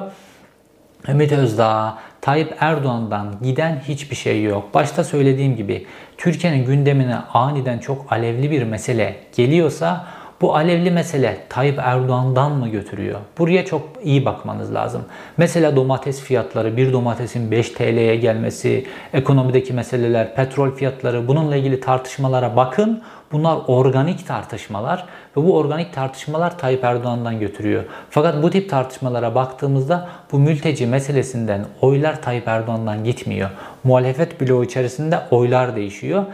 Ümit Özdağ, Tayyip Erdoğan'dan giden hiçbir şey yok. Başta söylediğim gibi Türkiye'nin gündemine aniden çok alevli bir mesele geliyorsa bu alevli mesele Tayyip Erdoğan'dan mı götürüyor? Buraya çok iyi bakmanız lazım. Mesela domates fiyatları, bir domatesin beş T L'ye gelmesi, ekonomideki meseleler, petrol fiyatları, bununla ilgili tartışmalara bakın. Bunlar organik tartışmalar ve bu organik tartışmalar Tayyip Erdoğan'dan götürüyor. Fakat bu tip tartışmalara baktığımızda bu mülteci meselesinden oylar Tayyip Erdoğan'dan gitmiyor. Muhalefet bloğu içerisinde oylar değişiyor.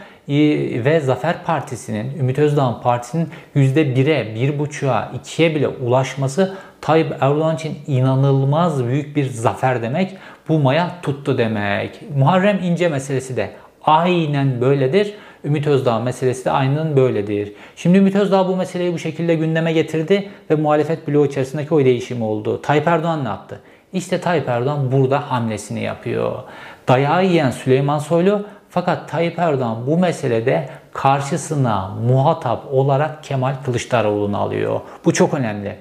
Ve Zafer Partisi'nin, Ümit Özdağ'ın partisinin yüzde bire, bir buçuğa, ikiye bile ulaşması Tayyip Erdoğan için inanılmaz büyük bir zafer demek. Bu maya tuttu demek. Muharrem İnce meselesi de aynen böyledir. Ümit Özdağ meselesi de aynen böyledir. Şimdi Ümit Özdağ bu meseleyi bu şekilde gündeme getirdi ve muhalefet bloğu içerisindeki oy değişimi oldu. Tayyip Erdoğan ne yaptı? İşte Tayyip Erdoğan burada hamlesini yapıyor. Dayağı yiyen Süleyman Soylu, fakat Tayyip Erdoğan bu meselede karşısına muhatap olarak Kemal Kılıçdaroğlu'nu alıyor. Bu çok önemli.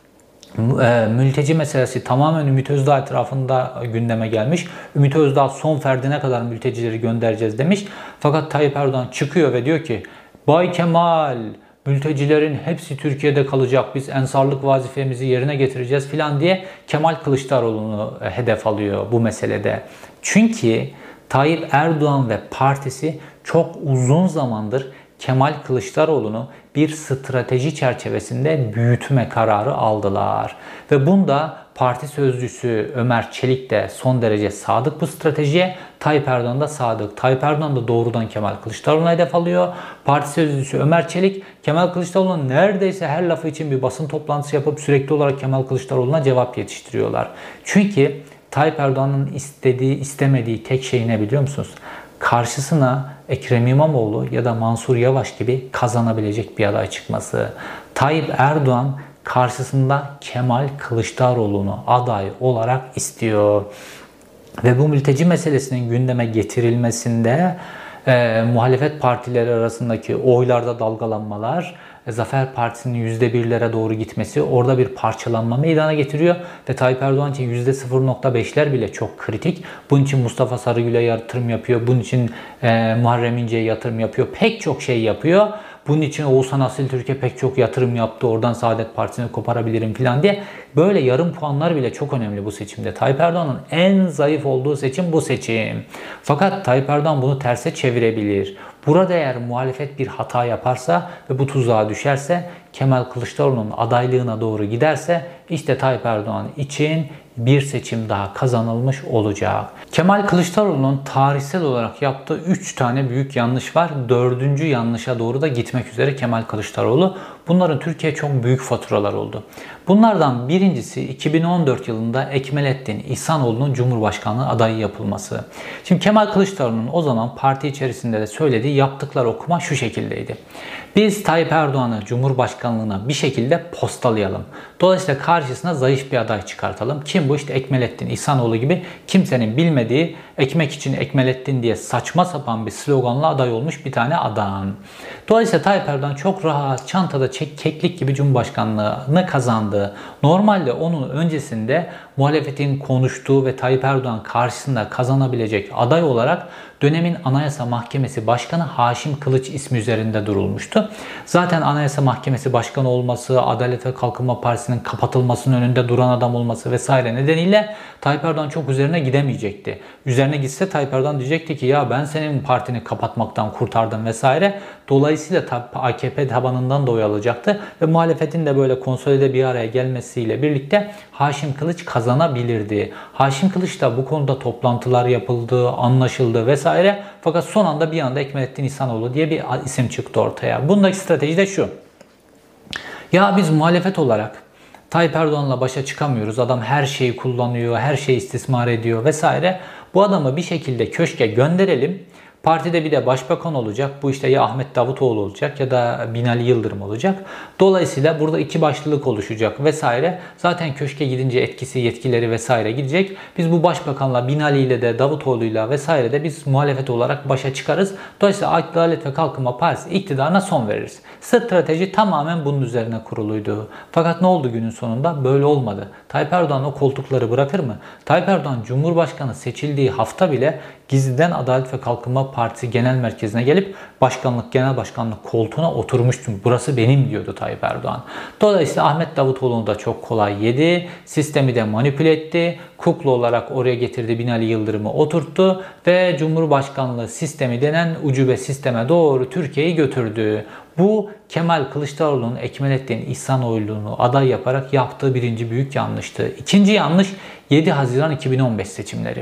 Mülteci meselesi tamamen Ümit Özdağ etrafında gündeme gelmiş. Ümit Özdağ son ferdine kadar mültecileri göndereceğiz demiş. Fakat Tayyip Erdoğan çıkıyor ve diyor ki Bay Kemal, mültecilerin hepsi Türkiye'de kalacak, biz ensarlık vazifemizi yerine getireceğiz filan diye Kemal Kılıçdaroğlu'nu hedef alıyor bu meselede. Çünkü Tayyip Erdoğan ve partisi çok uzun zamandır Kemal Kılıçdaroğlu'nu bir strateji çerçevesinde büyütme kararı aldılar. Ve bunda parti sözcüsü Ömer Çelik de son derece sadık bu stratejiye. Tayyip Erdoğan da sadık. Tayyip Erdoğan da doğrudan Kemal Kılıçdaroğlu'na hedef alıyor. Parti sözcüsü Ömer Çelik, Kemal Kılıçdaroğlu'nun neredeyse her lafı için bir basın toplantısı yapıp sürekli olarak Kemal Kılıçdaroğlu'na cevap yetiştiriyorlar. Çünkü Tayyip Erdoğan'ın istediği, istemediği tek şey ne biliyor musunuz? Karşısına Ekrem İmamoğlu ya da Mansur Yavaş gibi kazanabilecek bir aday çıkması. Tayyip Erdoğan karşısında Kemal Kılıçdaroğlu'nu aday olarak istiyor. Ve bu mülteci meselesinin gündeme getirilmesinde e, muhalefet partileri arasındaki oylarda dalgalanmalar, Zafer Partisi'nin yüzde birlere doğru gitmesi orada bir parçalanma meydana getiriyor. Ve Tayyip Erdoğan için yüzde sıfır nokta beşler bile çok kritik. Bunun için Mustafa Sarıgül'e yatırım yapıyor. Bunun için e, Muharrem İnce'ye yatırım yapıyor. Pek çok şey yapıyor. Bunun için Oğuzhan Asiltürk'e pek çok yatırım yaptı. Oradan Saadet Partisi'ni koparabilirim falan diye. Böyle yarım puanlar bile çok önemli bu seçimde. Tayyip Erdoğan'ın en zayıf olduğu seçim bu seçim. Fakat Tayyip Erdoğan bunu terse çevirebilir. Burada eğer muhalefet bir hata yaparsa ve bu tuzağa düşerse, Kemal Kılıçdaroğlu'nun adaylığına doğru giderse işte Tayyip Erdoğan için bir seçim daha kazanılmış olacak. Kemal Kılıçdaroğlu'nun tarihsel olarak yaptığı üç tane büyük yanlış var. Dördüncü yanlışa doğru da gitmek üzere Kemal Kılıçdaroğlu. Bunların Türkiye çok büyük faturalar oldu. Bunlardan birincisi iki bin on dört yılında Ekmelettin İhsanoğlu'nun Cumhurbaşkanlığı adayı yapılması. Şimdi Kemal Kılıçdaroğlu'nun o zaman parti içerisinde de söylediği, yaptıkları okuma şu şekildeydi. Biz Tayyip Erdoğan'ı Cumhurbaşkanlığına bir şekilde postalayalım. Dolayısıyla karşısına zayıf bir aday çıkartalım. Kim bu? İşte Ekmelettin İhsanoğlu gibi kimsenin bilmediği, ekmek için Ekmelettin diye saçma sapan bir sloganla aday olmuş bir tane adam. Dolayısıyla Tayyip Erdoğan çok rahat, çantada çek, keklik gibi Cumhurbaşkanlığını kazandı. Normalde onun öncesinde muhalefetin konuştuğu ve Tayyip Erdoğan karşısında kazanabilecek aday olarak dönemin Anayasa Mahkemesi Başkanı Haşim Kılıç ismi üzerinde durulmuştu. Zaten Anayasa Mahkemesi Başkanı olması, Adalet ve Kalkınma Partisi'nin kapatılmasının önünde duran adam olması vesaire nedeniyle Tayyip Erdoğan çok üzerine gidemeyecekti. Üzerine gitse Tayyip Erdoğan diyecekti ki ya ben senin partini kapatmaktan kurtardım vesaire. Dolayısıyla A K P tabanından da oy alacaktı ve muhalefetin de böyle konsolide bir araya gelmesiyle birlikte Haşim Kılıç kazanabilirdi. Haşim Kılıç da bu konuda toplantılar yapıldı, anlaşıldı vesaire. Fakat son anda bir anda Ekmelettin İhsanoğlu diye bir isim çıktı ortaya. Bundaki strateji de şu. Ya biz muhalefet olarak Tayyip Erdoğan'la başa çıkamıyoruz. Adam her şeyi kullanıyor, her şeyi istismar ediyor vesaire. Bu adamı bir şekilde köşke gönderelim. Partide bir de başbakan olacak. Bu işte ya Ahmet Davutoğlu olacak ya da Binali Yıldırım olacak. Dolayısıyla burada iki başlılık oluşacak vesaire. Zaten köşke gidince etkisi, yetkileri vesaire gidecek. Biz bu başbakanla, Binali ile de Davutoğlu'yla vesaire de biz muhalefet olarak başa çıkarız. Dolayısıyla Adalet ve Kalkınma Partisi iktidarına son veririz. Strateji tamamen bunun üzerine kuruluydu. Fakat ne oldu günün sonunda? Böyle olmadı. Tayyip Erdoğan o koltukları bırakır mı? Tayyip Erdoğan Cumhurbaşkanı seçildiği hafta bile gizliden Adalet ve Kalkınma Partisi Genel Merkezi'ne gelip başkanlık, genel başkanlık koltuğuna oturmuştum. Burası benim diyordu Tayyip Erdoğan. Dolayısıyla Ahmet Davutoğlu'nu da çok kolay yedi. Sistemi de manipüle etti. Kukla olarak oraya getirdi, Binali Yıldırım'ı oturttu ve Cumhurbaşkanlığı sistemi denen ucube sisteme doğru Türkiye'yi götürdü. Bu Kemal Kılıçdaroğlu'nun Ekmelettin İhsanoğlu'nu aday yaparak yaptığı birinci büyük yanlıştı. İkinci yanlış yedi Haziran iki bin on beş seçimleri.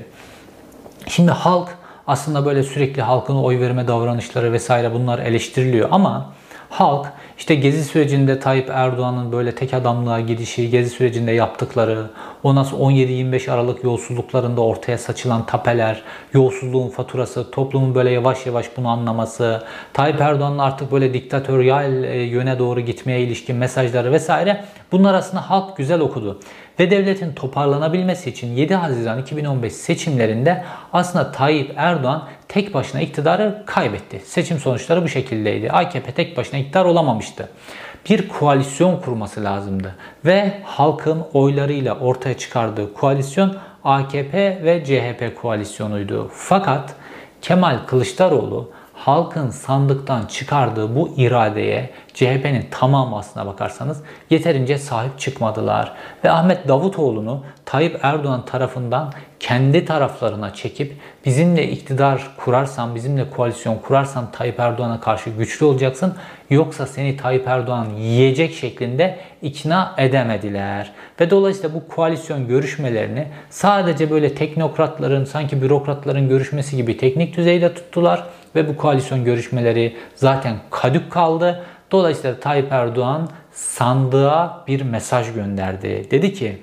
Şimdi halk aslında böyle sürekli halkın oy verme davranışları vesaire bunlar eleştiriliyor ama halk işte Gezi sürecinde Tayyip Erdoğan'ın böyle tek adamlığa gidişi, Gezi sürecinde yaptıkları, ondan sonra on yedi yirmi beş Aralık yolsuzluklarında ortaya saçılan tapeler, yolsuzluğun faturası, toplumun böyle yavaş yavaş bunu anlaması, Tayyip Erdoğan'ın artık böyle diktatöryal yöne doğru gitmeye ilişkin mesajları vesaire bunlar aslında halk güzel okudu. Ve devletin toparlanabilmesi için yedi Haziran iki bin on beş seçimlerinde aslında Tayyip Erdoğan tek başına iktidarı kaybetti. Seçim sonuçları bu şekildeydi. A K P tek başına iktidar olamamıştı. Bir koalisyon kurması lazımdı. Ve halkın oylarıyla ortaya çıkardığı koalisyon A K P ve C H P koalisyonuydu. Fakat Kemal Kılıçdaroğlu halkın sandıktan çıkardığı bu iradeye C H P'nin tamamı aslına bakarsanız yeterince sahip çıkmadılar. Ve Ahmet Davutoğlu'nu Tayyip Erdoğan tarafından kendi taraflarına çekip bizimle iktidar kurarsan, bizimle koalisyon kurarsan Tayyip Erdoğan'a karşı güçlü olacaksın. Yoksa seni Tayyip Erdoğan yiyecek şeklinde ikna edemediler. Ve dolayısıyla bu koalisyon görüşmelerini sadece böyle teknokratların, sanki bürokratların görüşmesi gibi teknik düzeyde tuttular. Ve bu koalisyon görüşmeleri zaten kadük kaldı. Dolayısıyla Tayyip Erdoğan sandığa bir mesaj gönderdi. Dedi ki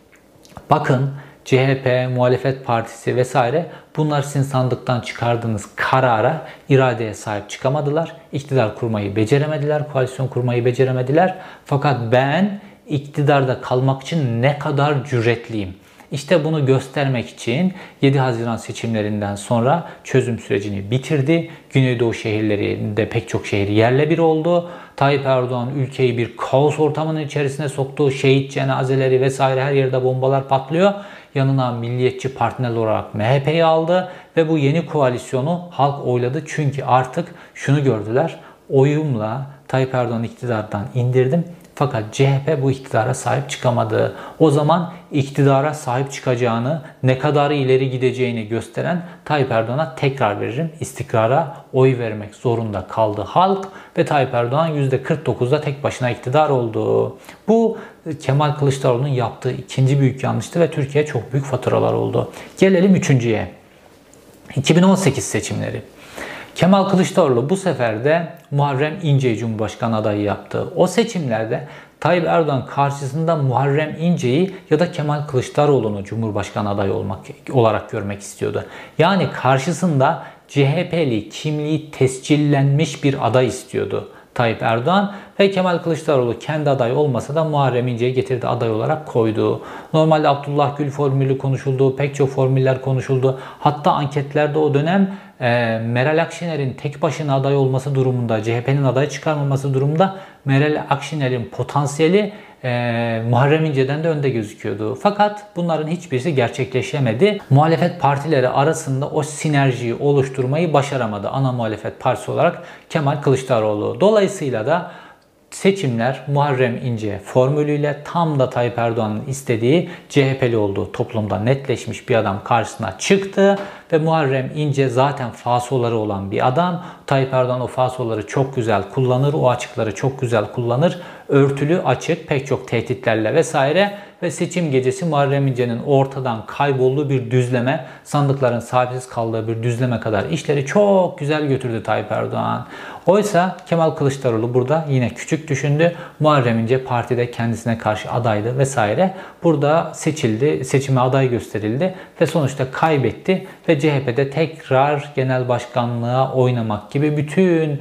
bakın C H P, muhalefet partisi vesaire bunlar sizin sandıktan çıkardığınız karara, iradeye sahip çıkamadılar. İktidar kurmayı beceremediler, koalisyon kurmayı beceremediler. Fakat ben iktidarda kalmak için ne kadar cüretliyim. İşte bunu göstermek için yedi Haziran seçimlerinden sonra çözüm sürecini bitirdi. Güneydoğu şehirlerinde pek çok şehir yerle bir oldu. Tayyip Erdoğan ülkeyi bir kaos ortamının içerisine soktu. Şehit cenazeleri vesaire her yerde bombalar patlıyor. Yanına milliyetçi partiler olarak M H P'yi aldı ve bu yeni koalisyonu halk oyladı. Çünkü artık şunu gördüler. Oyumla Tayyip Erdoğan'ı iktidardan indirdim. Fakat C H P bu iktidara sahip çıkamadı. O zaman iktidara sahip çıkacağını, ne kadar ileri gideceğini gösteren Tayyip Erdoğan'a tekrar veririm. İstikrara oy vermek zorunda kaldı halk ve Tayyip Erdoğan yüzde kırk dokuzda tek başına iktidar oldu. Bu Kemal Kılıçdaroğlu'nun yaptığı ikinci büyük yanlıştı ve Türkiye'ye çok büyük faturalar oldu. Gelelim üçüncüye. iki bin on sekiz seçimleri. Kemal Kılıçdaroğlu bu sefer de Muharrem İnce'yi Cumhurbaşkanı adayı yaptı. O seçimlerde Tayyip Erdoğan karşısında Muharrem İnce'yi ya da Kemal Kılıçdaroğlu'nu Cumhurbaşkanı adayı olmak olarak görmek istiyordu. Yani karşısında C H P'li kimliği tescillenmiş bir aday istiyordu Tayyip Erdoğan ve Kemal Kılıçdaroğlu kendi aday olmasa da Muharrem İnce'yi getirdi aday olarak koydu. Normalde Abdullah Gül formülü konuşuldu, pek çok formüller konuşuldu. Hatta anketlerde o dönem e, Meral Akşener'in tek başına aday olması durumunda, C H P'nin aday çıkarmaması durumunda Meral Akşener'in potansiyeli e, Muharrem İnce'den de önde gözüküyordu. Fakat bunların hiçbirisi gerçekleşemedi. Muhalefet partileri arasında o sinerjiyi oluşturmayı başaramadı. Ana muhalefet partisi olarak Kemal Kılıçdaroğlu. Dolayısıyla da seçimler Muharrem İnce formülüyle tam da Tayyip Erdoğan'ın istediği C H P'li olduğu toplumda netleşmiş bir adam karşısına çıktı ve Muharrem İnce zaten fasoları olan bir adam. Tayyip Erdoğan o fasoları çok güzel kullanır, o açıkları çok güzel kullanır. Örtülü, açık, pek çok tehditlerle vesaire ve seçim gecesi Muharrem İnce'nin ortadan kaybolduğu bir düzleme, sandıkların sahipsiz kaldığı bir düzleme kadar işleri çok güzel götürdü Tayyip Erdoğan. Oysa Kemal Kılıçdaroğlu burada yine küçük düşündü. Muharrem İnce partide kendisine karşı adaydı vesaire. Burada seçildi, seçime aday gösterildi ve sonuçta kaybetti ve C H P'de tekrar genel başkanlığa oynamak gibi bütün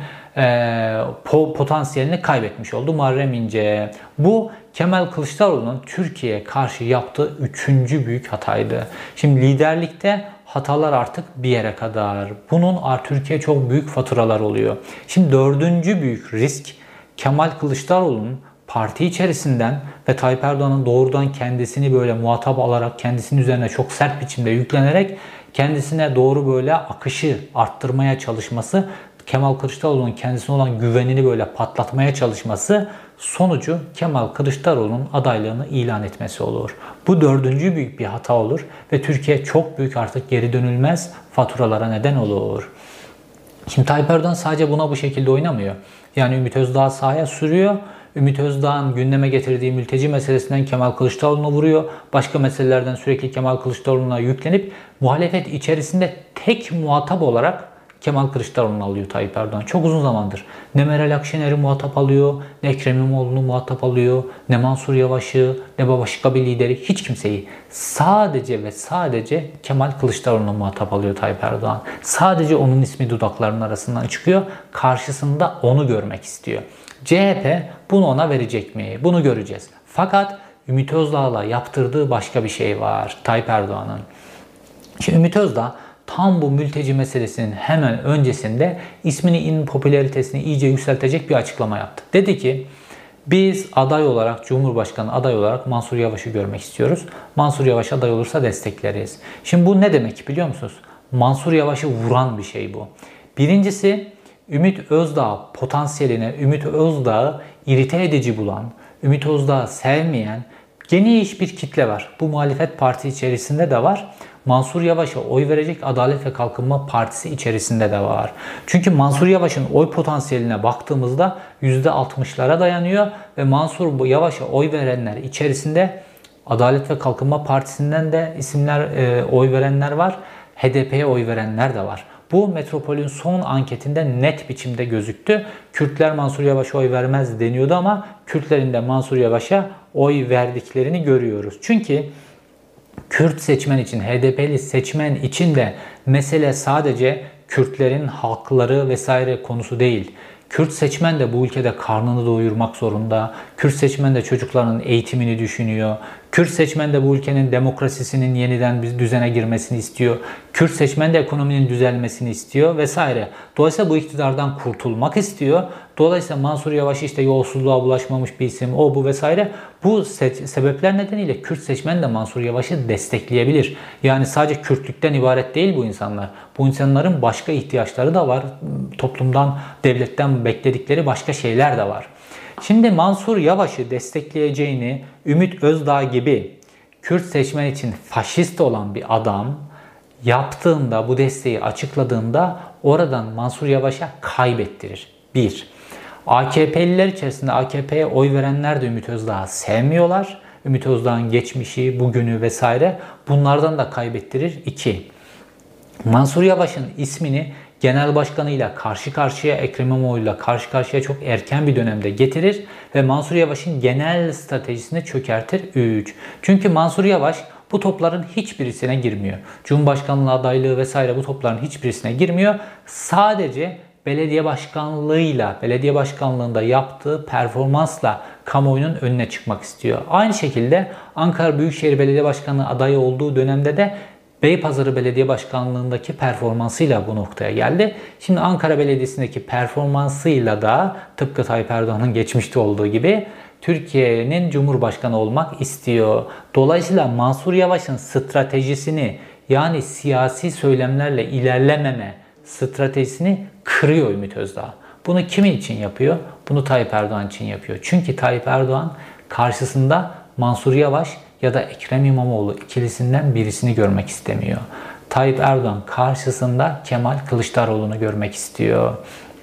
e, potansiyelini kaybetmiş oldu Muharrem İnce. Bu Kemal Kılıçdaroğlu'nun Türkiye'ye karşı yaptığı üçüncü büyük hataydı. Şimdi liderlikte hatalar artık bir yere kadar. Bunun Türkiye çok büyük faturalar oluyor. Şimdi dördüncü büyük risk Kemal Kılıçdaroğlu'nun parti içerisinden ve Tayyip Erdoğan'ın doğrudan kendisini böyle muhatap alarak kendisinin üzerine çok sert biçimde yüklenerek kendisine doğru böyle akışı arttırmaya çalışması, Kemal Kılıçdaroğlu'nun kendisine olan güvenini böyle patlatmaya çalışması sonucu Kemal Kılıçdaroğlu'nun adaylığını ilan etmesi olur. Bu dördüncü büyük bir hata olur ve Türkiye çok büyük artık geri dönülmez faturalara neden olur. Şimdi Tayyip Erdoğan sadece buna bu şekilde oynamıyor. Yani Ümit Özdağ sahaya sürüyor. Ümit Özdağ'ın gündeme getirdiği mülteci meselesinden Kemal Kılıçdaroğlu'na vuruyor. Başka meselelerden sürekli Kemal Kılıçdaroğlu'na yüklenip muhalefet içerisinde tek muhatap olarak Kemal Kılıçdaroğlu'nu alıyor Tayyip Erdoğan. Çok uzun zamandır. Ne Meral Akşener'i muhatap alıyor, ne Ekrem İmamoğlu'nu muhatap alıyor, ne Mansur Yavaş'ı, ne başka bir lideri, hiç kimseyi. Sadece ve sadece Kemal Kılıçdaroğlu'nu muhatap alıyor Tayyip Erdoğan. Sadece onun ismi dudaklarının arasından çıkıyor. Karşısında onu görmek istiyor. C H P bunu ona verecek mi? Bunu göreceğiz. Fakat Ümit Özdağ'la yaptırdığı başka bir şey var Tayyip Erdoğan'ın. Şimdi Ümit Özdağ tam bu mülteci meselesinin hemen öncesinde ismini, popülaritesini iyice yükseltecek bir açıklama yaptı. Dedi ki biz aday olarak, Cumhurbaşkanı aday olarak Mansur Yavaş'ı görmek istiyoruz. Mansur Yavaş aday olursa destekleriz. Şimdi bu ne demek biliyor musunuz? Mansur Yavaş'ı vuran bir şey bu. Birincisi Ümit Özdağ potansiyeline, Ümit Özdağ'ı irite edici bulan, Ümit Özdağ'ı sevmeyen geniş bir kitle var. Bu muhalefet parti içerisinde de var. Mansur Yavaş'a oy verecek Adalet ve Kalkınma Partisi içerisinde de var. Çünkü Mansur Yavaş'ın oy potansiyeline baktığımızda yüzde altmışlara dayanıyor ve Mansur Yavaş'a oy verenler içerisinde Adalet ve Kalkınma Partisi'nden de isimler e, oy verenler var. H D P'ye oy verenler de var. Bu Metropol'ün son anketinde net biçimde gözüktü. Kürtler Mansur Yavaş'a oy vermez deniyordu ama Kürtlerin de Mansur Yavaş'a oy verdiklerini görüyoruz. Çünkü Kürt seçmen için, H D P'li seçmen için de mesele sadece Kürtlerin hakları vesaire konusu değil. Kürt seçmen de bu ülkede karnını doyurmak zorunda. Kürt seçmen de çocuklarının eğitimini düşünüyor. Kürt seçmen de bu ülkenin demokrasisinin yeniden bir düzene girmesini istiyor. Kürt seçmen de ekonominin düzelmesini istiyor vesaire. Dolayısıyla bu iktidardan kurtulmak istiyor. Dolayısıyla Mansur Yavaş işte yolsuzluğa bulaşmamış bir isim, o bu vesaire. Bu sebepler nedeniyle Kürt seçmen de Mansur Yavaş'ı destekleyebilir. Yani sadece Kürtlükten ibaret değil bu insanlar. Bu insanların başka ihtiyaçları da var. Toplumdan, devletten bekledikleri başka şeyler de var. Şimdi Mansur Yavaş'ı destekleyeceğini Ümit Özdağ gibi Kürt seçmen için faşist olan bir adam yaptığında, bu desteği açıkladığında oradan Mansur Yavaş'a kaybettirir. Bir. A K P'liler içerisinde A K P'ye oy verenler de Ümit Özdağ'ı sevmiyorlar. Ümit Özdağ'ın geçmişi, bugünü vesaire bunlardan da kaybettirir. İki. Mansur Yavaş'ın ismini genel başkanıyla karşı karşıya, Ekrem İmamoğlu'yla karşı karşıya çok erken bir dönemde getirir ve Mansur Yavaş'ın genel stratejisini çökertir. üç. Çünkü Mansur Yavaş bu topların hiçbirisine girmiyor. Cumhurbaşkanlığı adaylığı vesaire bu topların hiçbirisine girmiyor. Sadece belediye başkanlığıyla, belediye başkanlığında yaptığı performansla kamuoyunun önüne çıkmak istiyor. Aynı şekilde Ankara Büyükşehir Belediye Başkanı adayı olduğu dönemde de Beypazarı Belediye Başkanlığındaki performansıyla bu noktaya geldi. Şimdi Ankara Belediyesi'ndeki performansıyla da tıpkı Tayyip Erdoğan'ın geçmişte olduğu gibi Türkiye'nin Cumhurbaşkanı olmak istiyor. Dolayısıyla Mansur Yavaş'ın stratejisini, yani siyasi söylemlerle ilerlememe stratejisini kırıyor Ümit Özdağ. Bunu kimin için yapıyor? Bunu Tayyip Erdoğan için yapıyor. Çünkü Tayyip Erdoğan karşısında Mansur Yavaş ya da Ekrem İmamoğlu ikilisinden birisini görmek istemiyor. Tayyip Erdoğan karşısında Kemal Kılıçdaroğlu'nu görmek istiyor.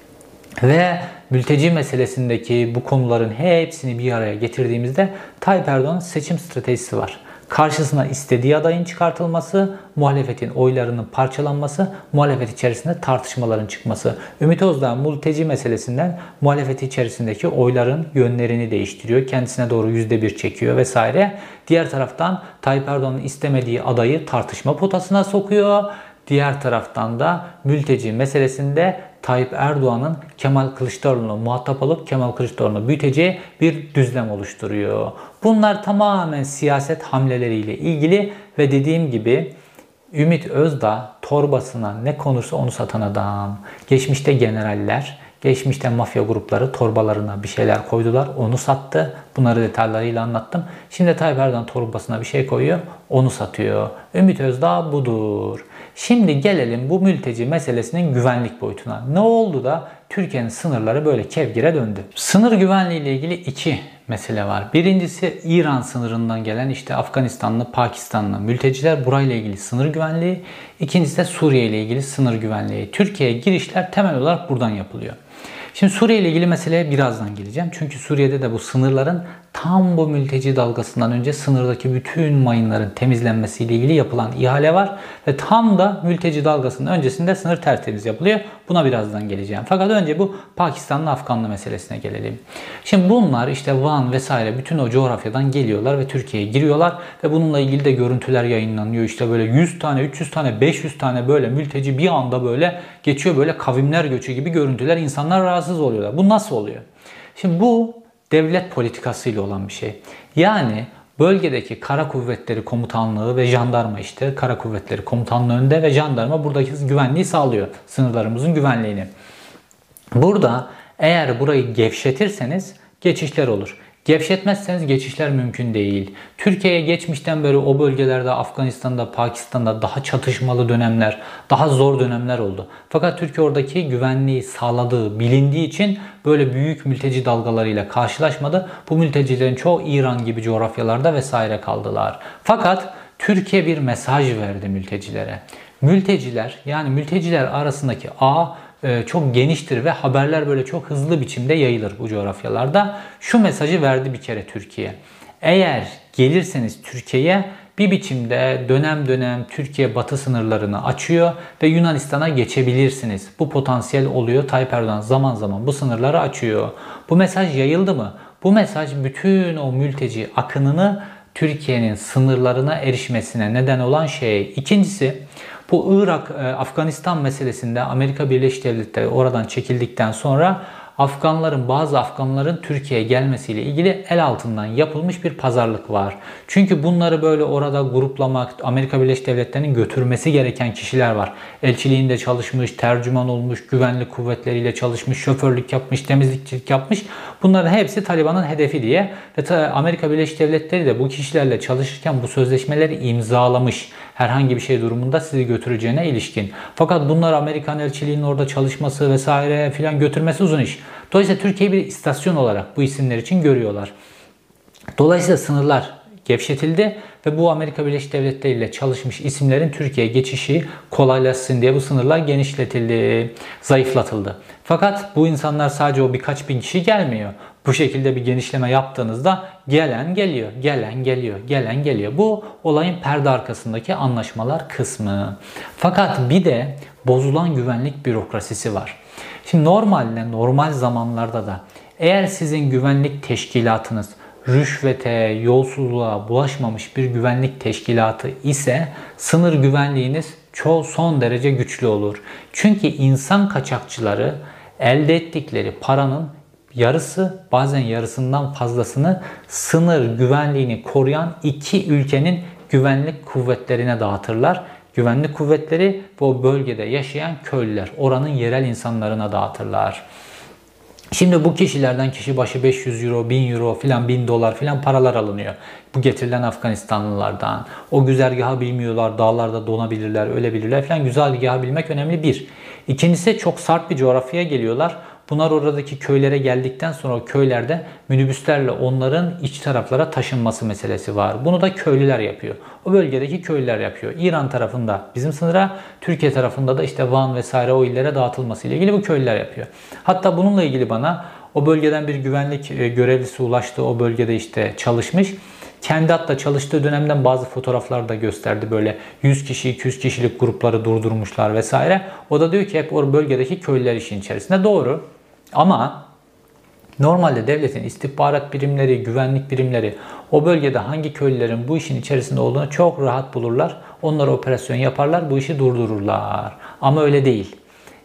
Ve mülteci meselesindeki bu konuların hepsini bir araya getirdiğimizde Tayyip Erdoğan'ın seçim stratejisi var. Karşısına istediği adayın çıkartılması, muhalefetin oylarının parçalanması, muhalefet içerisinde tartışmaların çıkması. Ümit Özdağ mülteci meselesinden muhalefet içerisindeki oyların yönlerini değiştiriyor. Kendisine doğru yüzde bir çekiyor vesaire. Diğer taraftan Tayyip Erdoğan'ın istemediği adayı tartışma potasına sokuyor. Diğer taraftan da mülteci meselesinde Tayyip Erdoğan'ın Kemal Kılıçdaroğlu'na muhatap olup Kemal Kılıçdaroğlu'nu büyüteceği bir düzlem oluşturuyor. Bunlar tamamen siyaset hamleleriyle ilgili ve dediğim gibi Ümit Özdağ torbasına ne konursa onu satan adam. Geçmişte generaller, geçmişte mafya grupları torbalarına bir şeyler koydular, onu sattı. Bunları detaylarıyla anlattım. Şimdi Tayyip Erdoğan torbasına bir şey koyuyor, onu satıyor. Ümit Özdağ budur. Şimdi gelelim bu mülteci meselesinin güvenlik boyutuna. Ne oldu da Türkiye'nin sınırları böyle kevgire döndü? Sınır güvenliği ile ilgili iki mesele var. Birincisi İran sınırından gelen işte Afganistanlı, Pakistanlı mülteciler, burayla ilgili sınır güvenliği. İkincisi de Suriye ile ilgili sınır güvenliği. Türkiye'ye girişler temel olarak buradan yapılıyor. Şimdi Suriye ile ilgili meseleye birazdan geleceğim. Çünkü Suriye'de de bu sınırların tam bu mülteci dalgasından önce sınırdaki bütün mayınların temizlenmesiyle ilgili yapılan ihale var. Ve tam da mülteci dalgasının öncesinde sınır tertemiz yapılıyor. Buna birazdan geleceğim. Fakat önce bu Pakistanlı Afganlı meselesine gelelim. Şimdi bunlar işte Van vesaire bütün o coğrafyadan geliyorlar ve Türkiye'ye giriyorlar. Ve bununla ilgili de görüntüler yayınlanıyor. İşte böyle yüz tane, üç yüz tane, beş yüz tane böyle mülteci bir anda böyle geçiyor. Böyle kavimler göçü gibi görüntüler. İnsanlar rahatsız oluyorlar. Bu nasıl oluyor? Şimdi bu devlet politikasıyla olan bir şey. Yani bölgedeki Kara Kuvvetleri Komutanlığı ve jandarma işte Kara Kuvvetleri Komutanlığı önünde ve jandarma buradaki güvenliği sağlıyor. Sınırlarımızın güvenliğini. Burada eğer burayı gevşetirseniz geçişler olur. Gevşetmezseniz geçişler mümkün değil. Türkiye'ye geçmişten beri o bölgelerde Afganistan'da, Pakistan'da daha çatışmalı dönemler, daha zor dönemler oldu. Fakat Türkiye oradaki güvenliği sağladığı bilindiği için böyle büyük mülteci dalgalarıyla karşılaşmadı. Bu mültecilerin çoğu İran gibi coğrafyalarda vesaire kaldılar. Fakat Türkiye bir mesaj verdi mültecilere. Mülteciler yani mülteciler arasındaki ağ çok geniştir ve haberler böyle çok hızlı biçimde yayılır bu coğrafyalarda. Şu mesajı verdi bir kere Türkiye. Eğer gelirseniz Türkiye'ye bir biçimde dönem dönem Türkiye batı sınırlarını açıyor ve Yunanistan'a geçebilirsiniz. Bu potansiyel oluyor. Tayyip Erdoğan zaman zaman bu sınırları açıyor. Bu mesaj yayıldı mı? Bu mesaj bütün o mülteci akınını Türkiye'nin sınırlarına erişmesine neden olan şey. İkincisi, bu Irak, Afganistan meselesinde Amerika Birleşik Devletleri oradan çekildikten sonra Afganların, bazı Afganların Türkiye'ye gelmesiyle ilgili el altından yapılmış bir pazarlık var. Çünkü bunları böyle orada gruplamak, Amerika Birleşik Devletleri'nin götürmesi gereken kişiler var. Elçiliğinde çalışmış, tercüman olmuş, güvenlik kuvvetleriyle çalışmış, şoförlük yapmış, temizlikçilik yapmış. Bunların hepsi Taliban'ın hedefi diye. Ve Amerika Birleşik Devletleri de bu kişilerle çalışırken bu sözleşmeleri imzalamış. Herhangi bir şey durumunda sizi götüreceğine ilişkin. Fakat bunlar Amerikan elçiliğinin orada çalışması vesaire filan götürmesi uzun iş. Dolayısıyla Türkiye bir istasyon olarak bu isimler için görüyorlar. Dolayısıyla sınırlar gevşetildi ve bu Amerika Birleşik Devletleri ile çalışmış isimlerin Türkiye'ye geçişi kolaylaşsın diye bu sınırlar genişletildi, zayıflatıldı. Fakat bu insanlar sadece o birkaç bin kişi gelmiyor. Bu şekilde bir genişleme yaptığınızda gelen geliyor, gelen geliyor, gelen geliyor. Bu olayın perde arkasındaki anlaşmalar kısmı. Fakat bir de bozulan güvenlik bürokrasisi var. Şimdi normalde, normal zamanlarda da eğer sizin güvenlik teşkilatınız rüşvete, yolsuzluğa bulaşmamış bir güvenlik teşkilatı ise sınır güvenliğiniz çok son derece güçlü olur. Çünkü insan kaçakçıları elde ettikleri paranın yarısı, bazen yarısından fazlasını sınır güvenliğini koruyan iki ülkenin güvenlik kuvvetlerine dağıtırlar. Güvenlik kuvvetleri bu bölgede yaşayan köylüler, oranın yerel insanlarına dağıtırlar. Şimdi bu kişilerden kişi başı beş yüz euro, bin euro filan, bin dolar filan paralar alınıyor. Bu getirilen Afganistanlılardan. O güzergahı bilmiyorlar, dağlarda donabilirler, ölebilirler filan. Güzergahı bilmek önemli bir. İkincisi çok sarp bir coğrafyaya geliyorlar. Bunlar oradaki köylere geldikten sonra o köylerde minibüslerle onların iç taraflara taşınması meselesi var. Bunu da köylüler yapıyor. O bölgedeki köylüler yapıyor. İran tarafında bizim sınıra, Türkiye tarafında da işte Van vesaire o illere dağıtılması ile ilgili bu köylüler yapıyor. Hatta bununla ilgili bana o bölgeden bir güvenlik görevlisi ulaştı. O bölgede işte çalışmış. Kendi hatta çalıştığı dönemden bazı fotoğraflar da gösterdi. Böyle yüz kişi, iki yüz kişilik grupları durdurmuşlar vesaire. O da diyor ki hep o bölgedeki köylüler işin içerisinde. Doğru. Ama normalde devletin istihbarat birimleri, güvenlik birimleri o bölgede hangi köylülerin bu işin içerisinde olduğunu çok rahat bulurlar. Onlara operasyon yaparlar, bu işi durdururlar. Ama öyle değil.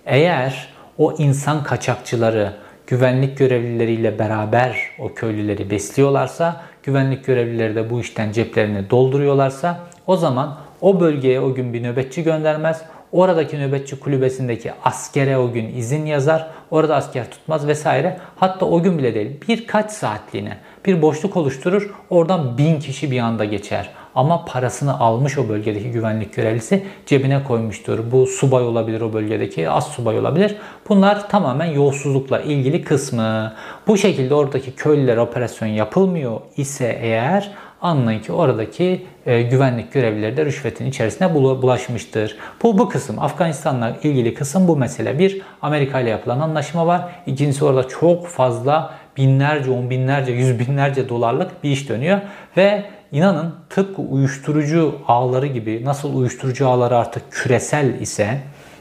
Eğer o insan kaçakçıları güvenlik görevlileriyle beraber o köylüleri besliyorlarsa, güvenlik görevlileri de bu işten ceplerini dolduruyorlarsa o zaman o bölgeye o gün bir nöbetçi göndermez. Oradaki nöbetçi kulübesindeki askere o gün izin yazar. Orada asker tutmaz vesaire. Hatta o gün bile değil, birkaç saatliğine bir boşluk oluşturur. Oradan bin kişi bir anda geçer. Ama parasını almış o bölgedeki güvenlik görevlisi, cebine koymuştur. Bu subay olabilir o bölgedeki, az subay olabilir. Bunlar tamamen yolsuzlukla ilgili kısmı. Bu şekilde oradaki köylüler operasyon yapılmıyor ise eğer, anlayın ki oradaki e, güvenlik görevlileri de rüşvetin içerisine bulaşmıştır. Bu bu kısım. Afganistan'la ilgili kısım bu mesele. Bir, Amerika ile yapılan anlaşma var. İkincisi orada çok fazla binlerce, on binlerce, yüz binlerce dolarlık bir iş dönüyor. Ve inanın tıpkı uyuşturucu ağları gibi, nasıl uyuşturucu ağları artık küresel ise,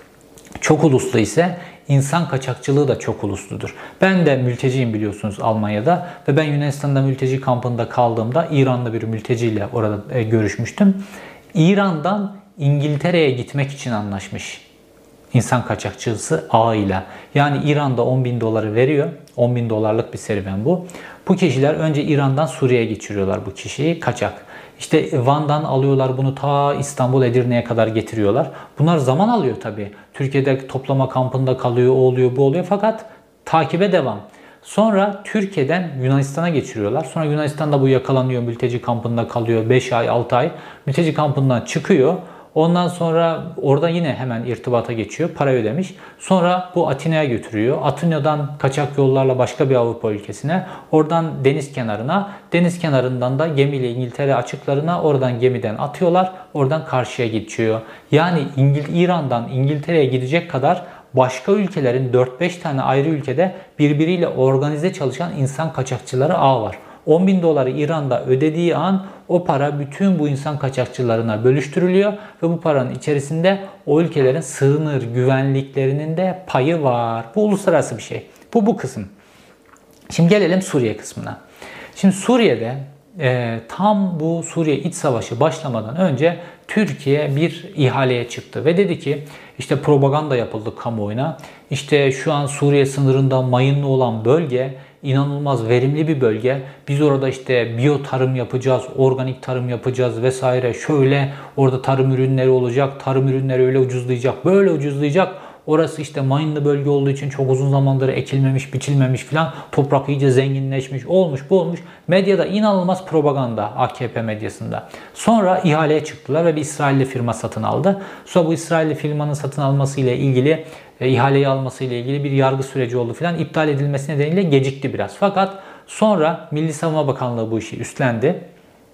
çok uluslu ise insan kaçakçılığı da çok ulusludur. Ben de mülteciyim biliyorsunuz Almanya'da ve ben Yunanistan'da mülteci kampında kaldığımda İranlı bir mülteciyle orada e, görüşmüştüm. İran'dan İngiltere'ye gitmek için anlaşmış insan kaçakçısı ağıyla. Yani İran'da on bin doları veriyor. on bin dolarlık bir serüven bu. Bu kişiler önce İran'dan Suriye'ye geçiriyorlar bu kişiyi kaçak. İşte Van'dan alıyorlar bunu ta İstanbul, Edirne'ye kadar getiriyorlar. Bunlar zaman alıyor tabii. Türkiye'de toplama kampında kalıyor, o oluyor, bu oluyor fakat takibe devam. Sonra Türkiye'den Yunanistan'a geçiriyorlar. Sonra Yunanistan'da bu yakalanıyor, mülteci kampında kalıyor beş ay, altı ay. Mülteci kampından çıkıyor. Ondan sonra orada yine hemen irtibata geçiyor. Para ödemiş. Sonra bu Atina'ya götürüyor. Atina'dan kaçak yollarla başka bir Avrupa ülkesine. Oradan deniz kenarına. Deniz kenarından da gemiyle İngiltere açıklarına. Oradan gemiden atıyorlar. Oradan karşıya geçiyor. Yani İngil İran'dan İngiltere'ye gidecek kadar başka ülkelerin dört beş tane ayrı ülkede birbiriyle organize çalışan insan kaçakçıları ağı var. on bin doları İran'da ödediği an o para bütün bu insan kaçakçılarına bölüştürülüyor ve bu paranın içerisinde o ülkelerin sınır güvenliklerinin de payı var. Bu uluslararası bir şey. Bu bu kısım. Şimdi gelelim Suriye kısmına. Şimdi Suriye'de e, tam bu Suriye iç savaşı başlamadan önce Türkiye bir ihaleye çıktı ve dedi ki işte propaganda yapıldı kamuoyuna. İşte şu an Suriye sınırında mayınlı olan bölge inanılmaz verimli bir bölge. Biz orada işte biyo tarım yapacağız, organik tarım yapacağız vesaire. Şöyle orada tarım ürünleri olacak. Tarım ürünleri öyle ucuzlayacak, böyle ucuzlayacak. Orası işte mayınlı bölge olduğu için çok uzun zamandır ekilmemiş, biçilmemiş filan. Toprak iyice zenginleşmiş, olmuş, bu olmuş. Medyada inanılmaz propaganda, A K P medyasında. Sonra ihaleye çıktılar ve bir İsrailli firma satın aldı. Sonra bu İsrailli firmanın satın alması ile ilgili, e, ihaleyi alması ile ilgili bir yargı süreci oldu filan. İptal edilmesi nedeniyle gecikti biraz. Fakat sonra Milli Savunma Bakanlığı bu işi üstlendi.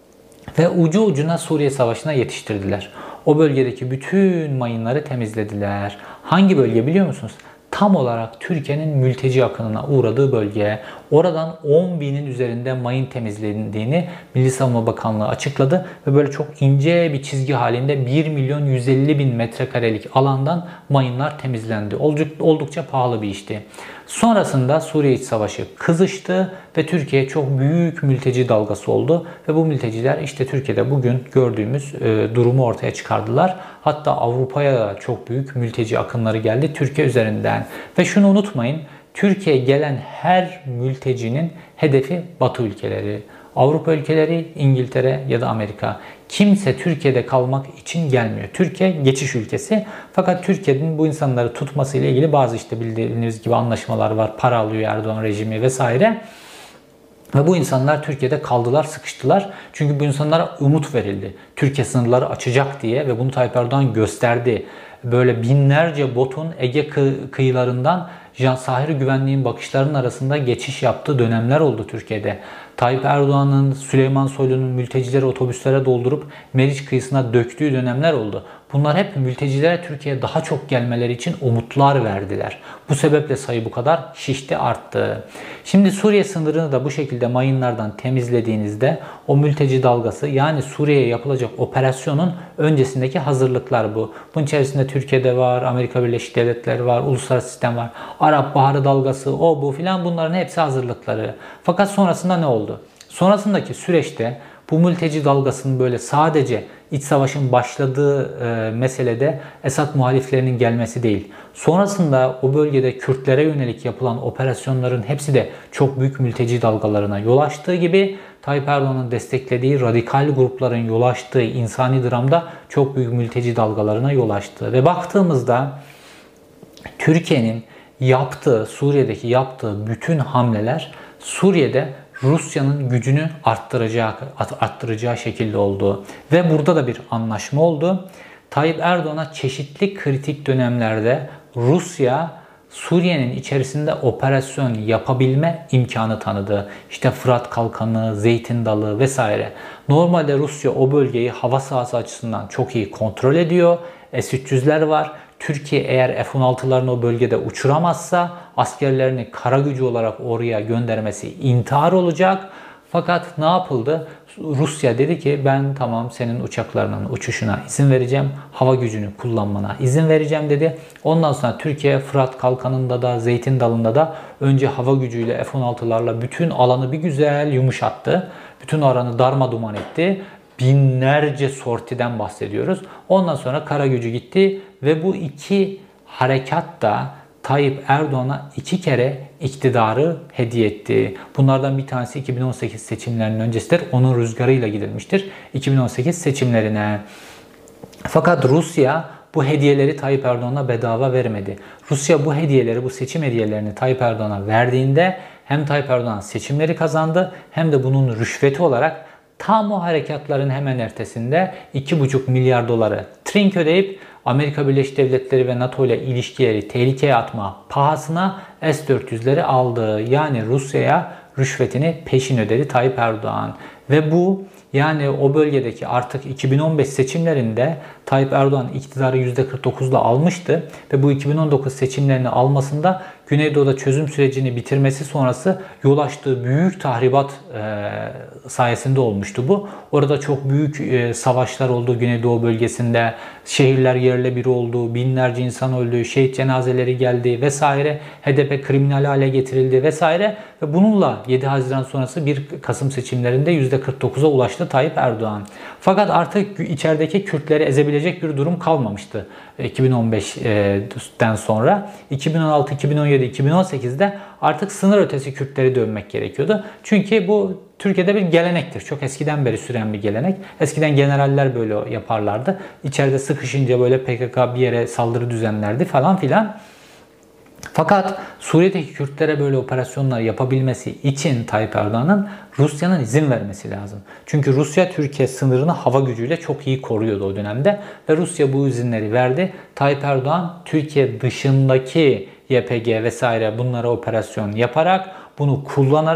Ve ucu ucuna Suriye Savaşı'na yetiştirdiler. O bölgedeki bütün mayınları temizlediler. Hangi bölge biliyor musunuz? Tam olarak Türkiye'nin mülteci akınına uğradığı bölge. Oradan on binin üzerinde mayın temizlendiğini Milli Savunma Bakanlığı açıkladı. Ve böyle çok ince bir çizgi halinde bir milyon yüz elli bin metrekarelik alandan mayınlar temizlendi. Oldukça pahalı bir işti. Sonrasında Suriye İç Savaşı kızıştı ve Türkiye çok büyük mülteci dalgası oldu. Ve bu mülteciler işte Türkiye'de bugün gördüğümüz e, durumu ortaya çıkardılar. Hatta Avrupa'ya da çok büyük mülteci akınları geldi Türkiye üzerinden. Ve şunu unutmayın, Türkiye'ye gelen her mültecinin hedefi Batı ülkeleri. Avrupa ülkeleri, İngiltere ya da Amerika. Kimse Türkiye'de kalmak için gelmiyor. Türkiye geçiş ülkesi. Fakat Türkiye'nin bu insanları tutması ile ilgili bazı işte bildiğiniz gibi anlaşmalar var. Para alıyor Erdoğan rejimi vesaire. Ve bu insanlar Türkiye'de kaldılar, sıkıştılar. Çünkü bu insanlara umut verildi. Türkiye sınırları açacak diye ve bunu Tayyip Erdoğan gösterdi. Böyle binlerce botun Ege kıyılarından sahil güvenliğin bakışlarının arasında geçiş yaptığı dönemler oldu Türkiye'de. Tayyip Erdoğan'ın, Süleyman Soylu'nun mültecileri otobüslere doldurup Meriç kıyısına döktüğü dönemler oldu. Bunlar hep mültecilere Türkiye'ye daha çok gelmeleri için umutlar verdiler. Bu sebeple sayı bu kadar şişti, arttı. Şimdi Suriye sınırını da bu şekilde mayınlardan temizlediğinizde o mülteci dalgası, yani Suriye'ye yapılacak operasyonun öncesindeki hazırlıklar bu. Bunun içerisinde Türkiye'de var, Amerika Birleşik Devletleri var, uluslararası sistem var. Arap Baharı dalgası, o bu filan, bunların hepsi hazırlıkları. Fakat sonrasında ne oldu? Sonrasındaki süreçte bu mülteci dalgasının böyle sadece iç savaşın başladığı e, meselede Esad muhaliflerinin gelmesi değil. Sonrasında o bölgede Kürtlere yönelik yapılan operasyonların hepsi de çok büyük mülteci dalgalarına yol açtığı gibi Tayyip Erdoğan'ın desteklediği radikal grupların yol açtığı insani dramda çok büyük mülteci dalgalarına yol açtı. Ve baktığımızda Türkiye'nin yaptığı, Suriye'deki yaptığı bütün hamleler Suriye'de Rusya'nın gücünü arttıracağı, arttıracağı şekilde oldu. Ve burada da bir anlaşma oldu. Tayyip Erdoğan'a çeşitli kritik dönemlerde Rusya Suriye'nin içerisinde operasyon yapabilme imkanı tanıdı. İşte Fırat Kalkanı, Zeytin Dalı vesaire. Normalde Rusya o bölgeyi hava sahası açısından çok iyi kontrol ediyor. S üç yüzler var. Türkiye eğer F on altılarını o bölgede uçuramazsa askerlerini kara gücü olarak oraya göndermesi intihar olacak. Fakat ne yapıldı? Rusya dedi ki ben tamam senin uçaklarının uçuşuna izin vereceğim. Hava gücünü kullanmana izin vereceğim dedi. Ondan sonra Türkiye Fırat Kalkanı'nda da Zeytin Dalı'nda da önce hava gücüyle F on altılarla bütün alanı bir güzel yumuşattı. Bütün alanı darmaduman etti. Binlerce sortiden bahsediyoruz. Ondan sonra kara gücü gitti ve bu iki harekat da Tayyip Erdoğan'a iki kere iktidarı hediye etti. Bunlardan bir tanesi iki bin on sekiz seçimlerinin öncesidir. Onun rüzgarıyla gidilmiştir iki bin on sekiz seçimlerine. Fakat Rusya bu hediyeleri Tayyip Erdoğan'a bedava vermedi. Rusya bu hediyeleri, bu seçim hediyelerini Tayyip Erdoğan'a verdiğinde hem Tayyip Erdoğan seçimleri kazandı hem de bunun rüşveti olarak tam o harekatların hemen ertesinde iki buçuk milyar doları trink ödeyip Amerika Birleşik Devletleri ve NATO ile ilişkileri tehlikeye atma pahasına S dört yüzleri aldı. Yani Rusya'ya rüşvetini peşin ödedi Tayyip Erdoğan. Ve bu yani o bölgedeki artık iki bin on beş seçimlerinde Tayyip Erdoğan iktidarı yüzde kırk dokuzla almıştı. Ve bu iki bin on dokuz seçimlerini almasında Güneydoğu'da çözüm sürecini bitirmesi sonrası yol açtığı büyük tahribat e, sayesinde olmuştu bu. Orada çok büyük e, savaşlar oldu Güneydoğu bölgesinde. Şehirler yerle bir oldu. Binlerce insan öldü. Şehit cenazeleri geldi vesaire. H D P kriminal hale getirildi vesaire. Ve bununla yedi Haziran sonrası bir Kasım seçimlerinde yüzde kırk dokuza ulaştı Tayyip Erdoğan. Fakat artık içerideki Kürtleri ezebilecek bir durum kalmamıştı iki bin on beşten sonra. iki bin on altı, iki bin on yedi, iki bin on sekizde artık sınır ötesi Kürtleri dövmek gerekiyordu. Çünkü bu Türkiye'de bir gelenektir. Çok eskiden beri süren bir gelenek. Eskiden generaller böyle yaparlardı. İçeride sıkışınca böyle P K K bir yere saldırı düzenlerdi falan filan. Fakat Suriye'deki Kürtlere böyle operasyonlar yapabilmesi için Tayyip Erdoğan'ın Rusya'nın izin vermesi lazım. Çünkü Rusya Türkiye sınırını hava gücüyle çok iyi koruyordu o dönemde. Ve Rusya bu izinleri verdi. Tayyip Erdoğan Türkiye dışındaki Y P G vesaire bunlara operasyon yaparak, bunu kullanarak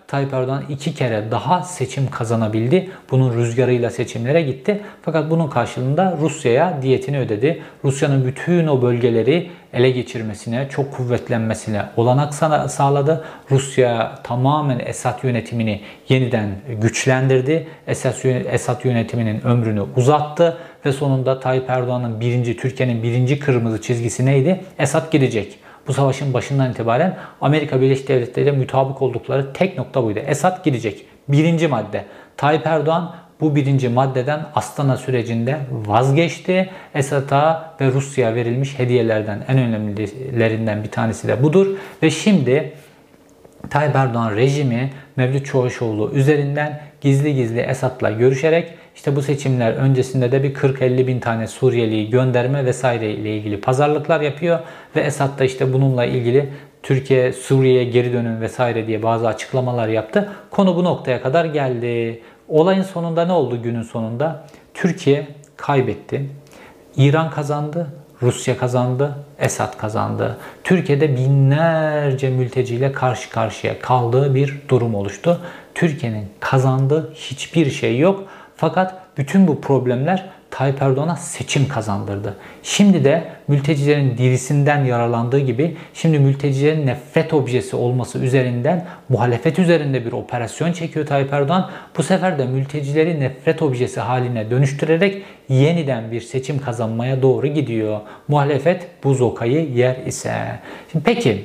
Tayyip Erdoğan iki kere daha seçim kazanabildi. Bunun rüzgarıyla seçimlere gitti. Fakat bunun karşılığında Rusya'ya diyetini ödedi. Rusya'nın bütün o bölgeleri ele geçirmesine, çok kuvvetlenmesine olanak sağladı. Rusya tamamen Esad yönetimini yeniden güçlendirdi. Esad yönetiminin ömrünü uzattı ve sonunda Tayyip Erdoğan'ın birinci, Türkiye'nin birinci kırmızı çizgisi neydi? Esad gidecek. Bu savaşın başından itibaren Amerika Birleşik Devletleri ile mutabık oldukları tek nokta buydu. Esad gidecek. Birinci madde. Tayyip Erdoğan bu birinci maddeden Astana sürecinde vazgeçti. Esad'a ve Rusya'ya verilmiş hediyelerden en önemlilerinden bir tanesi de budur. Ve şimdi Tayyip Erdoğan rejimi Mevlüt Çavuşoğlu üzerinden gizli gizli Esad'la görüşerek işte bu seçimler öncesinde de bir kırk elli bin tane Suriyeli'yi gönderme vesaire ile ilgili pazarlıklar yapıyor. Ve Esad da işte bununla ilgili Türkiye Suriye'ye geri dönün vesaire diye bazı açıklamalar yaptı. Konu bu noktaya kadar geldi. Olayın sonunda ne oldu günün sonunda? Türkiye kaybetti. İran kazandı. Rusya kazandı. Esad kazandı. Türkiye'de binlerce mülteciyle karşı karşıya kaldığı bir durum oluştu. Türkiye'nin kazandığı hiçbir şey yok. Fakat bütün bu problemler Tayyip Erdoğan'a seçim kazandırdı. Şimdi de mültecilerin dirisinden yararlandığı gibi şimdi mültecilerin nefret objesi olması üzerinden muhalefet üzerinde bir operasyon çekiyor Tayyip Erdoğan. Bu sefer de mültecileri nefret objesi haline dönüştürerek yeniden bir seçim kazanmaya doğru gidiyor. Muhalefet bu zokayı yer ise. Şimdi peki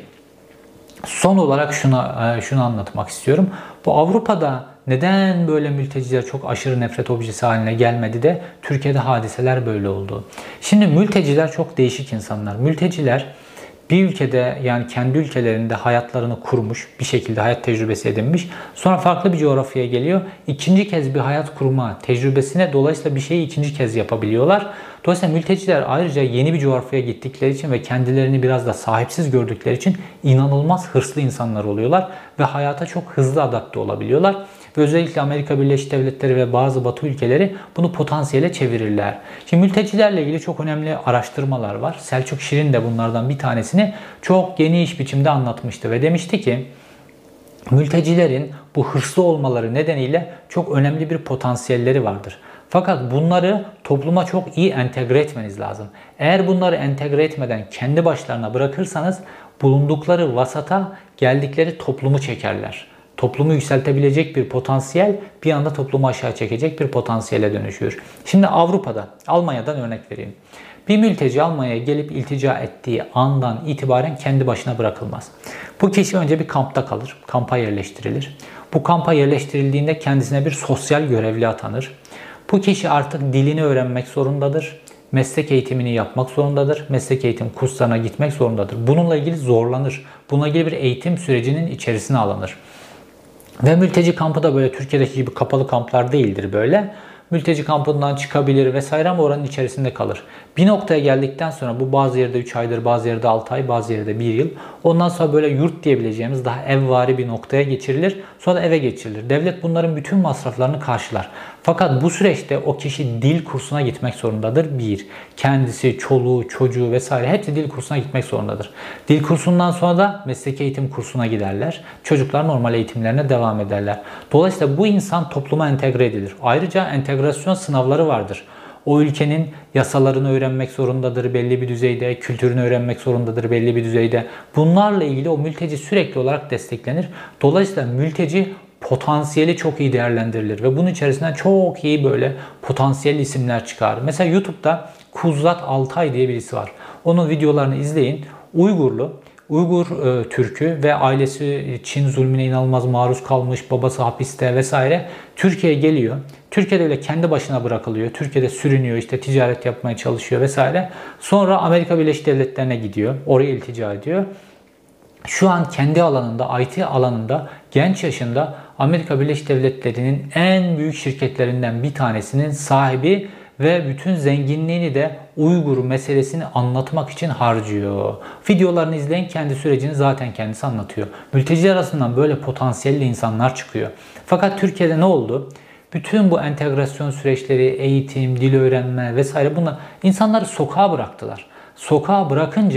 son olarak şuna, şunu anlatmak istiyorum. Bu Avrupa'da neden böyle mülteciler çok aşırı nefret objesi haline gelmedi de Türkiye'de hadiseler böyle oldu? Şimdi mülteciler çok değişik insanlar. Mülteciler bir ülkede yani kendi ülkelerinde hayatlarını kurmuş, bir şekilde hayat tecrübesi edinmiş. Sonra farklı bir coğrafyaya geliyor. İkinci kez bir hayat kurma tecrübesine dolayısıyla bir şeyi ikinci kez yapabiliyorlar. Dolayısıyla mülteciler ayrıca yeni bir coğrafyaya gittikleri için ve kendilerini biraz da sahipsiz gördükleri için inanılmaz hırslı insanlar oluyorlar ve hayata çok hızlı adapte olabiliyorlar. Ve özellikle Amerika Birleşik Devletleri ve bazı Batı ülkeleri bunu potansiyele çevirirler. Şimdi mültecilerle ilgili çok önemli araştırmalar var. Selçuk Şirin de bunlardan bir tanesini çok geniş biçimde anlatmıştı ve demişti ki mültecilerin bu hırslı olmaları nedeniyle çok önemli bir potansiyelleri vardır. Fakat bunları topluma çok iyi entegre etmeniz lazım. Eğer bunları entegre etmeden kendi başlarına bırakırsanız bulundukları vasata geldikleri toplumu çekerler. Toplumu yükseltebilecek bir potansiyel bir anda toplumu aşağı çekecek bir potansiyele dönüşüyor. Şimdi Avrupa'da, Almanya'dan örnek vereyim. Bir mülteci Almanya'ya gelip iltica ettiği andan itibaren kendi başına bırakılmaz. Bu kişi önce bir kampta kalır, kampa yerleştirilir. Bu kampa yerleştirildiğinde kendisine bir sosyal görevli atanır. Bu kişi artık dilini öğrenmek zorundadır. Meslek eğitimini yapmak zorundadır. Meslek eğitim kurslarına gitmek zorundadır. Bununla ilgili zorlanır. Bununla ilgili bir eğitim sürecinin içerisine alınır. Ve mülteci kampı da böyle Türkiye'deki gibi kapalı kamplar değildir böyle. Mülteci kampından çıkabilir vesaire ama oranın içerisinde kalır. Bir noktaya geldikten sonra bu bazı yerde üç aydır, bazı yerde altı ay, bazı yerde bir yıl. Ondan sonra böyle yurt diyebileceğimiz daha evvari bir noktaya geçirilir. Sonra da eve geçirilir. Devlet bunların bütün masraflarını karşılar. Fakat bu süreçte o kişi dil kursuna gitmek zorundadır. Bir, kendisi, çoluğu, çocuğu vesaire hepsi dil kursuna gitmek zorundadır. Dil kursundan sonra da meslek eğitim kursuna giderler. Çocuklar normal eğitimlerine devam ederler. Dolayısıyla bu insan topluma entegre edilir. Ayrıca entegrasyon sınavları vardır. O ülkenin yasalarını öğrenmek zorundadır belli bir düzeyde, kültürünü öğrenmek zorundadır belli bir düzeyde. Bunlarla ilgili o mülteci sürekli olarak desteklenir. Dolayısıyla mülteci potansiyeli çok iyi değerlendirilir ve bunun içerisinden çok iyi böyle potansiyel isimler çıkar. Mesela YouTube'da Kuzat Altay diye birisi var. Onun videolarını izleyin. Uygurlu, Uygur e, Türk'ü ve ailesi Çin zulmüne inanılmaz maruz kalmış, babası hapiste vesaire. Türkiye'ye geliyor. Türkiye'de öyle kendi başına bırakılıyor. Türkiye'de sürünüyor, işte ticaret yapmaya çalışıyor vesaire. Sonra Amerika Birleşik Devletleri'ne gidiyor. Oraya iltica ediyor. Şu an kendi alanında, I T alanında genç yaşında Amerika Birleşik Devletleri'nin en büyük şirketlerinden bir tanesinin sahibi ve bütün zenginliğini de Uygur meselesini anlatmak için harcıyor. Videolarını izleyin, kendi sürecini zaten kendisi anlatıyor. Mülteciler arasından böyle potansiyelli insanlar çıkıyor. Fakat Türkiye'de ne oldu? Bütün bu entegrasyon süreçleri, eğitim, dil öğrenme vesaire bunlar insanları sokağa bıraktılar. Sokağa bırakınca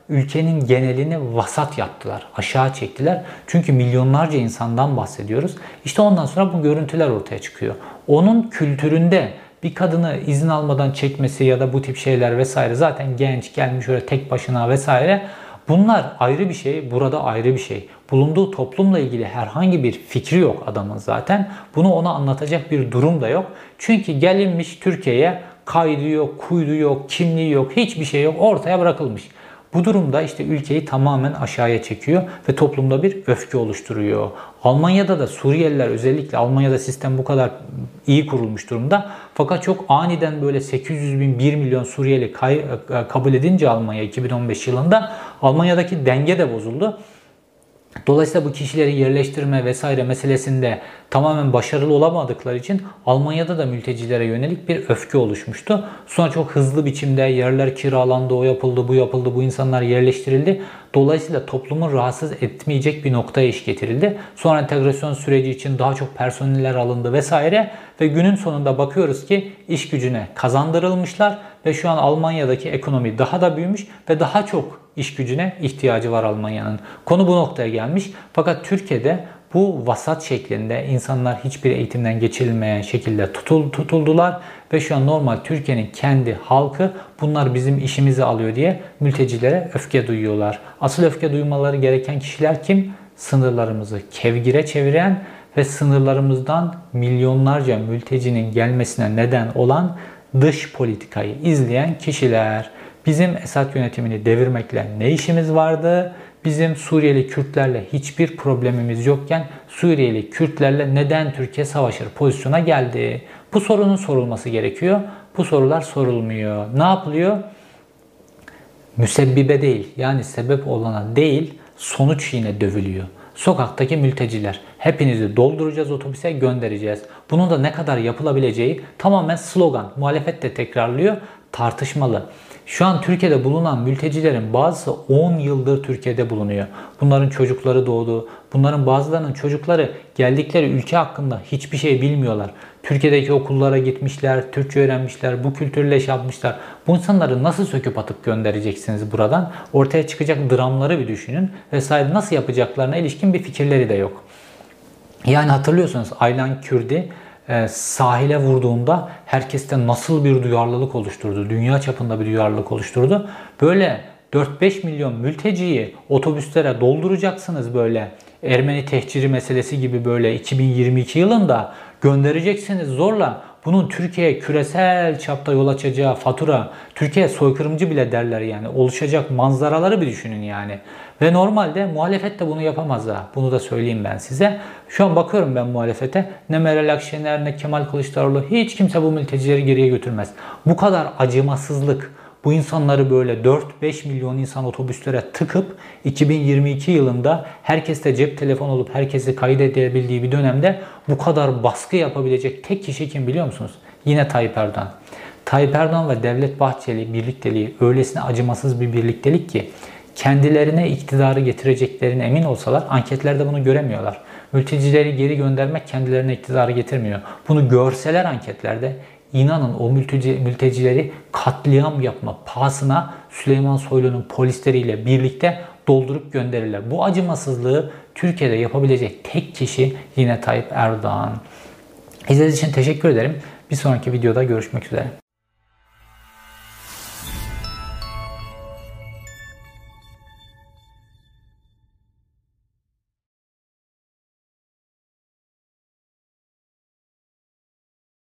ülkenin genelini vasat yaptılar, aşağı çektiler. Çünkü milyonlarca insandan bahsediyoruz. İşte ondan sonra bu görüntüler ortaya çıkıyor. Onun kültüründe bir kadını izin almadan çekmesi ya da bu tip şeyler vesaire, zaten genç gelmiş öyle tek başına vesaire, bunlar ayrı bir şey, burada ayrı bir şey. Bulunduğu toplumla ilgili herhangi bir fikri yok adamın zaten. Bunu ona anlatacak bir durum da yok. Çünkü gelinmiş Türkiye'ye, kaydı yok, kuydu yok, kimliği yok, hiçbir şey yok, ortaya bırakılmış. Bu durumda işte ülkeyi tamamen aşağıya çekiyor ve toplumda bir öfke oluşturuyor. Almanya'da da Suriyeliler, özellikle Almanya'da sistem bu kadar iyi kurulmuş durumda. Fakat çok aniden böyle sekiz yüz bin, bir milyon Suriyeli kabul edince Almanya iki bin on beş yılında, Almanya'daki denge de bozuldu. Dolayısıyla bu kişileri yerleştirme vesaire meselesinde tamamen başarılı olamadıkları için Almanya'da da mültecilere yönelik bir öfke oluşmuştu. Sonra çok hızlı biçimde yerler kiralandı, o yapıldı, bu yapıldı, bu insanlar yerleştirildi. Dolayısıyla toplumu rahatsız etmeyecek bir noktaya iş getirildi. Sonra entegrasyon süreci için daha çok personeller alındı vesaire ve günün sonunda bakıyoruz ki iş gücüne kazandırılmışlar ve şu an Almanya'daki ekonomi daha da büyümüş ve daha çok iş gücüne ihtiyacı var Almanya'nın. Konu bu noktaya gelmiş. Fakat Türkiye'de bu vasat şeklinde insanlar hiçbir eğitimden geçirilmeyen şekilde tutul, tutuldular ve şu an normal Türkiye'nin kendi halkı bunlar bizim işimizi alıyor diye mültecilere öfke duyuyorlar. Asıl öfke duymaları gereken kişiler kim? Sınırlarımızı kevgire çeviren ve sınırlarımızdan milyonlarca mültecinin gelmesine neden olan dış politikayı izleyen kişiler. Bizim Esad yönetimini devirmekle ne işimiz vardı? Bizim Suriyeli Kürtlerle hiçbir problemimiz yokken Suriyeli Kürtlerle neden Türkiye savaşır pozisyona geldi? Bu sorunun sorulması gerekiyor. Bu sorular sorulmuyor. Ne yapılıyor? Müsebbibe değil, yani sebep olana değil, sonuç yine dövülüyor. Sokaktaki mülteciler, hepinizi dolduracağız, otobüse göndereceğiz. Bunun da ne kadar yapılabileceği tamamen slogan. Muhalefet de tekrarlıyor, tartışmalı. Şu an Türkiye'de bulunan mültecilerin bazısı on yıldır Türkiye'de bulunuyor. Bunların çocukları doğdu. Bunların bazılarının çocukları geldikleri ülke hakkında hiçbir şey bilmiyorlar. Türkiye'deki okullara gitmişler, Türkçe öğrenmişler, bu kültürle şey yapmışlar. Bu insanları nasıl söküp atıp göndereceksiniz buradan? Ortaya çıkacak dramları bir düşünün vesaire, nasıl yapacaklarına ilişkin bir fikirleri de yok. Yani hatırlıyorsunuz Aylan Kürdi e, sahile vurduğunda herkeste nasıl bir duyarlılık oluşturdu? Dünya çapında bir duyarlılık oluşturdu. Böyle dört beş milyon mülteciyi otobüslere dolduracaksınız böyle. Ermeni tehciri meselesi gibi böyle iki bin yirmi iki yılında göndereceksiniz zorla. Bunun Türkiye'ye küresel çapta yol açacağı fatura, Türkiye soykırımcı bile derler yani, oluşacak manzaraları bir düşünün yani. Ve normalde muhalefet de bunu yapamaz ha. Bunu da söyleyeyim ben size. Şu an bakıyorum ben muhalefete. Ne Meral Akşener ne Kemal Kılıçdaroğlu, hiç kimse bu mültecileri geriye götürmez. Bu kadar acımasızlık, bu insanları böyle dört beş milyon insan otobüslere tıkıp iki bin yirmi iki yılında herkeste cep telefonu olup herkesi kaydedebildiği bir dönemde bu kadar baskı yapabilecek tek kişi kim biliyor musunuz? Yine Tayyip Erdoğan. Tayyip Erdoğan ve Devlet Bahçeli birlikteliği öylesine acımasız bir birliktelik ki kendilerine iktidarı getireceklerine emin olsalar anketlerde bunu göremiyorlar. Mültecileri geri göndermek kendilerine iktidarı getirmiyor. Bunu görseler anketlerde, İnanın o mülteci, mültecileri katliam yapma pahasına Süleyman Soylu'nun polisleriyle birlikte doldurup gönderirler. Bu acımasızlığı Türkiye'de yapabilecek tek kişi yine Tayyip Erdoğan. İzlediğiniz için teşekkür ederim. Bir sonraki videoda görüşmek üzere.